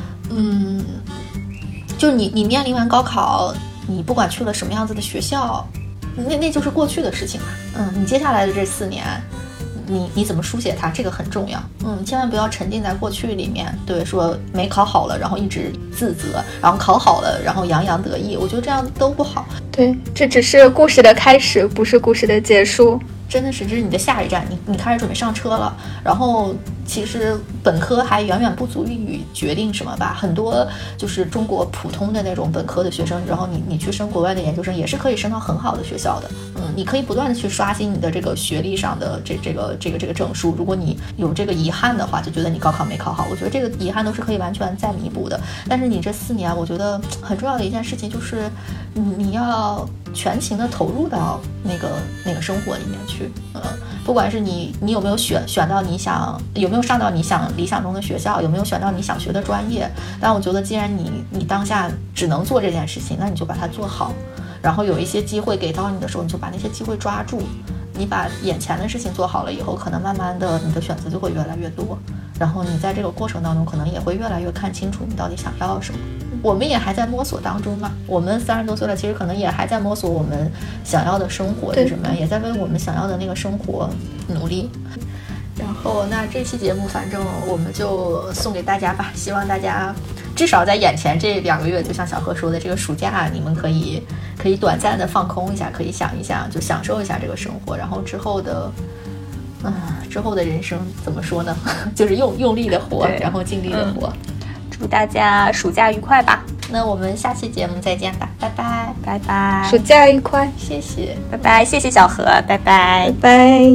就你面临完高考，你不管去了什么样子的学校，那就是过去的事情嘛。你接下来的这4年，你怎么书写它，这个很重要。千万不要沉浸在过去里面，对，说没考好了，然后一直自责，然后考好了，然后洋洋得意，我觉得这样都不好。 对，这只是故事的开始，不是故事的结束。 真的是这是你的下一站，你开始准备上车了，然后其实本科还远远不足以决定什么吧。很多就是中国普通的那种本科的学生，然后你去升国外的研究生也是可以升到很好的学校的。你可以不断的去刷新你的这个学历上的这个证书。如果你有这个遗憾的话，就觉得你高考没考好，我觉得这个遗憾都是可以完全再弥补的。但是你这4年，我觉得很重要的一件事情就是你要全情的投入到那个生活里面去。不管是你有没有选到有没有上到你理想中的学校，有没有选到你想学的专业，但我觉得既然你当下只能做这件事情，那你就把它做好。然后有一些机会给到你的时候，你就把那些机会抓住。你把眼前的事情做好了以后，可能慢慢的你的选择就会越来越多，然后你在这个过程当中可能也会越来越看清楚你到底想要什么。我们也还在摸索当中嘛，我们30多岁了，其实可能也还在摸索我们想要的生活是什么，也在为我们想要的那个生活努力。然后那这期节目反正我们就送给大家吧，希望大家至少在眼前这2个月，就像小何说的，这个暑假你们可以短暂的放空一下，可以想一想，就享受一下这个生活。然后之后的人生怎么说呢？就是用力的活，然后尽力的活。 祝大家暑假愉快吧！ 那我们下期节目再见吧，拜拜， 拜拜， 暑假愉快， 谢谢， 拜拜，谢谢小何，拜拜， 拜拜。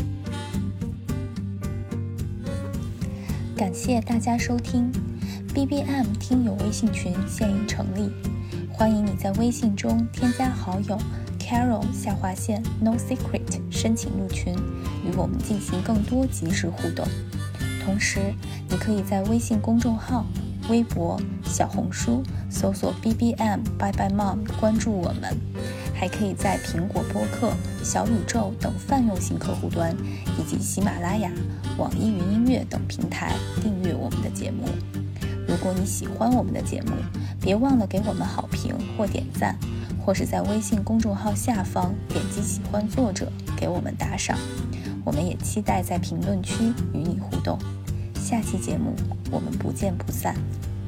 感谢大家收听 BBM 听友微信群现已成立，欢迎你在微信中添加好友 Carol_No Secret 申请入群，与我们进行更多即时互动。同时，你可以在微信公众号、微博、小红书搜索 BBM Bye Bye Mom 关注我们，还可以在苹果播客、小宇宙等泛用型客户端，以及喜马拉雅、网易云音乐等平台订阅我们的节目。如果你喜欢我们的节目，别忘了给我们好评或点赞，或是在微信公众号下方点击喜欢作者给我们打赏。我们也期待在评论区与你互动。下期节目我们不见不散。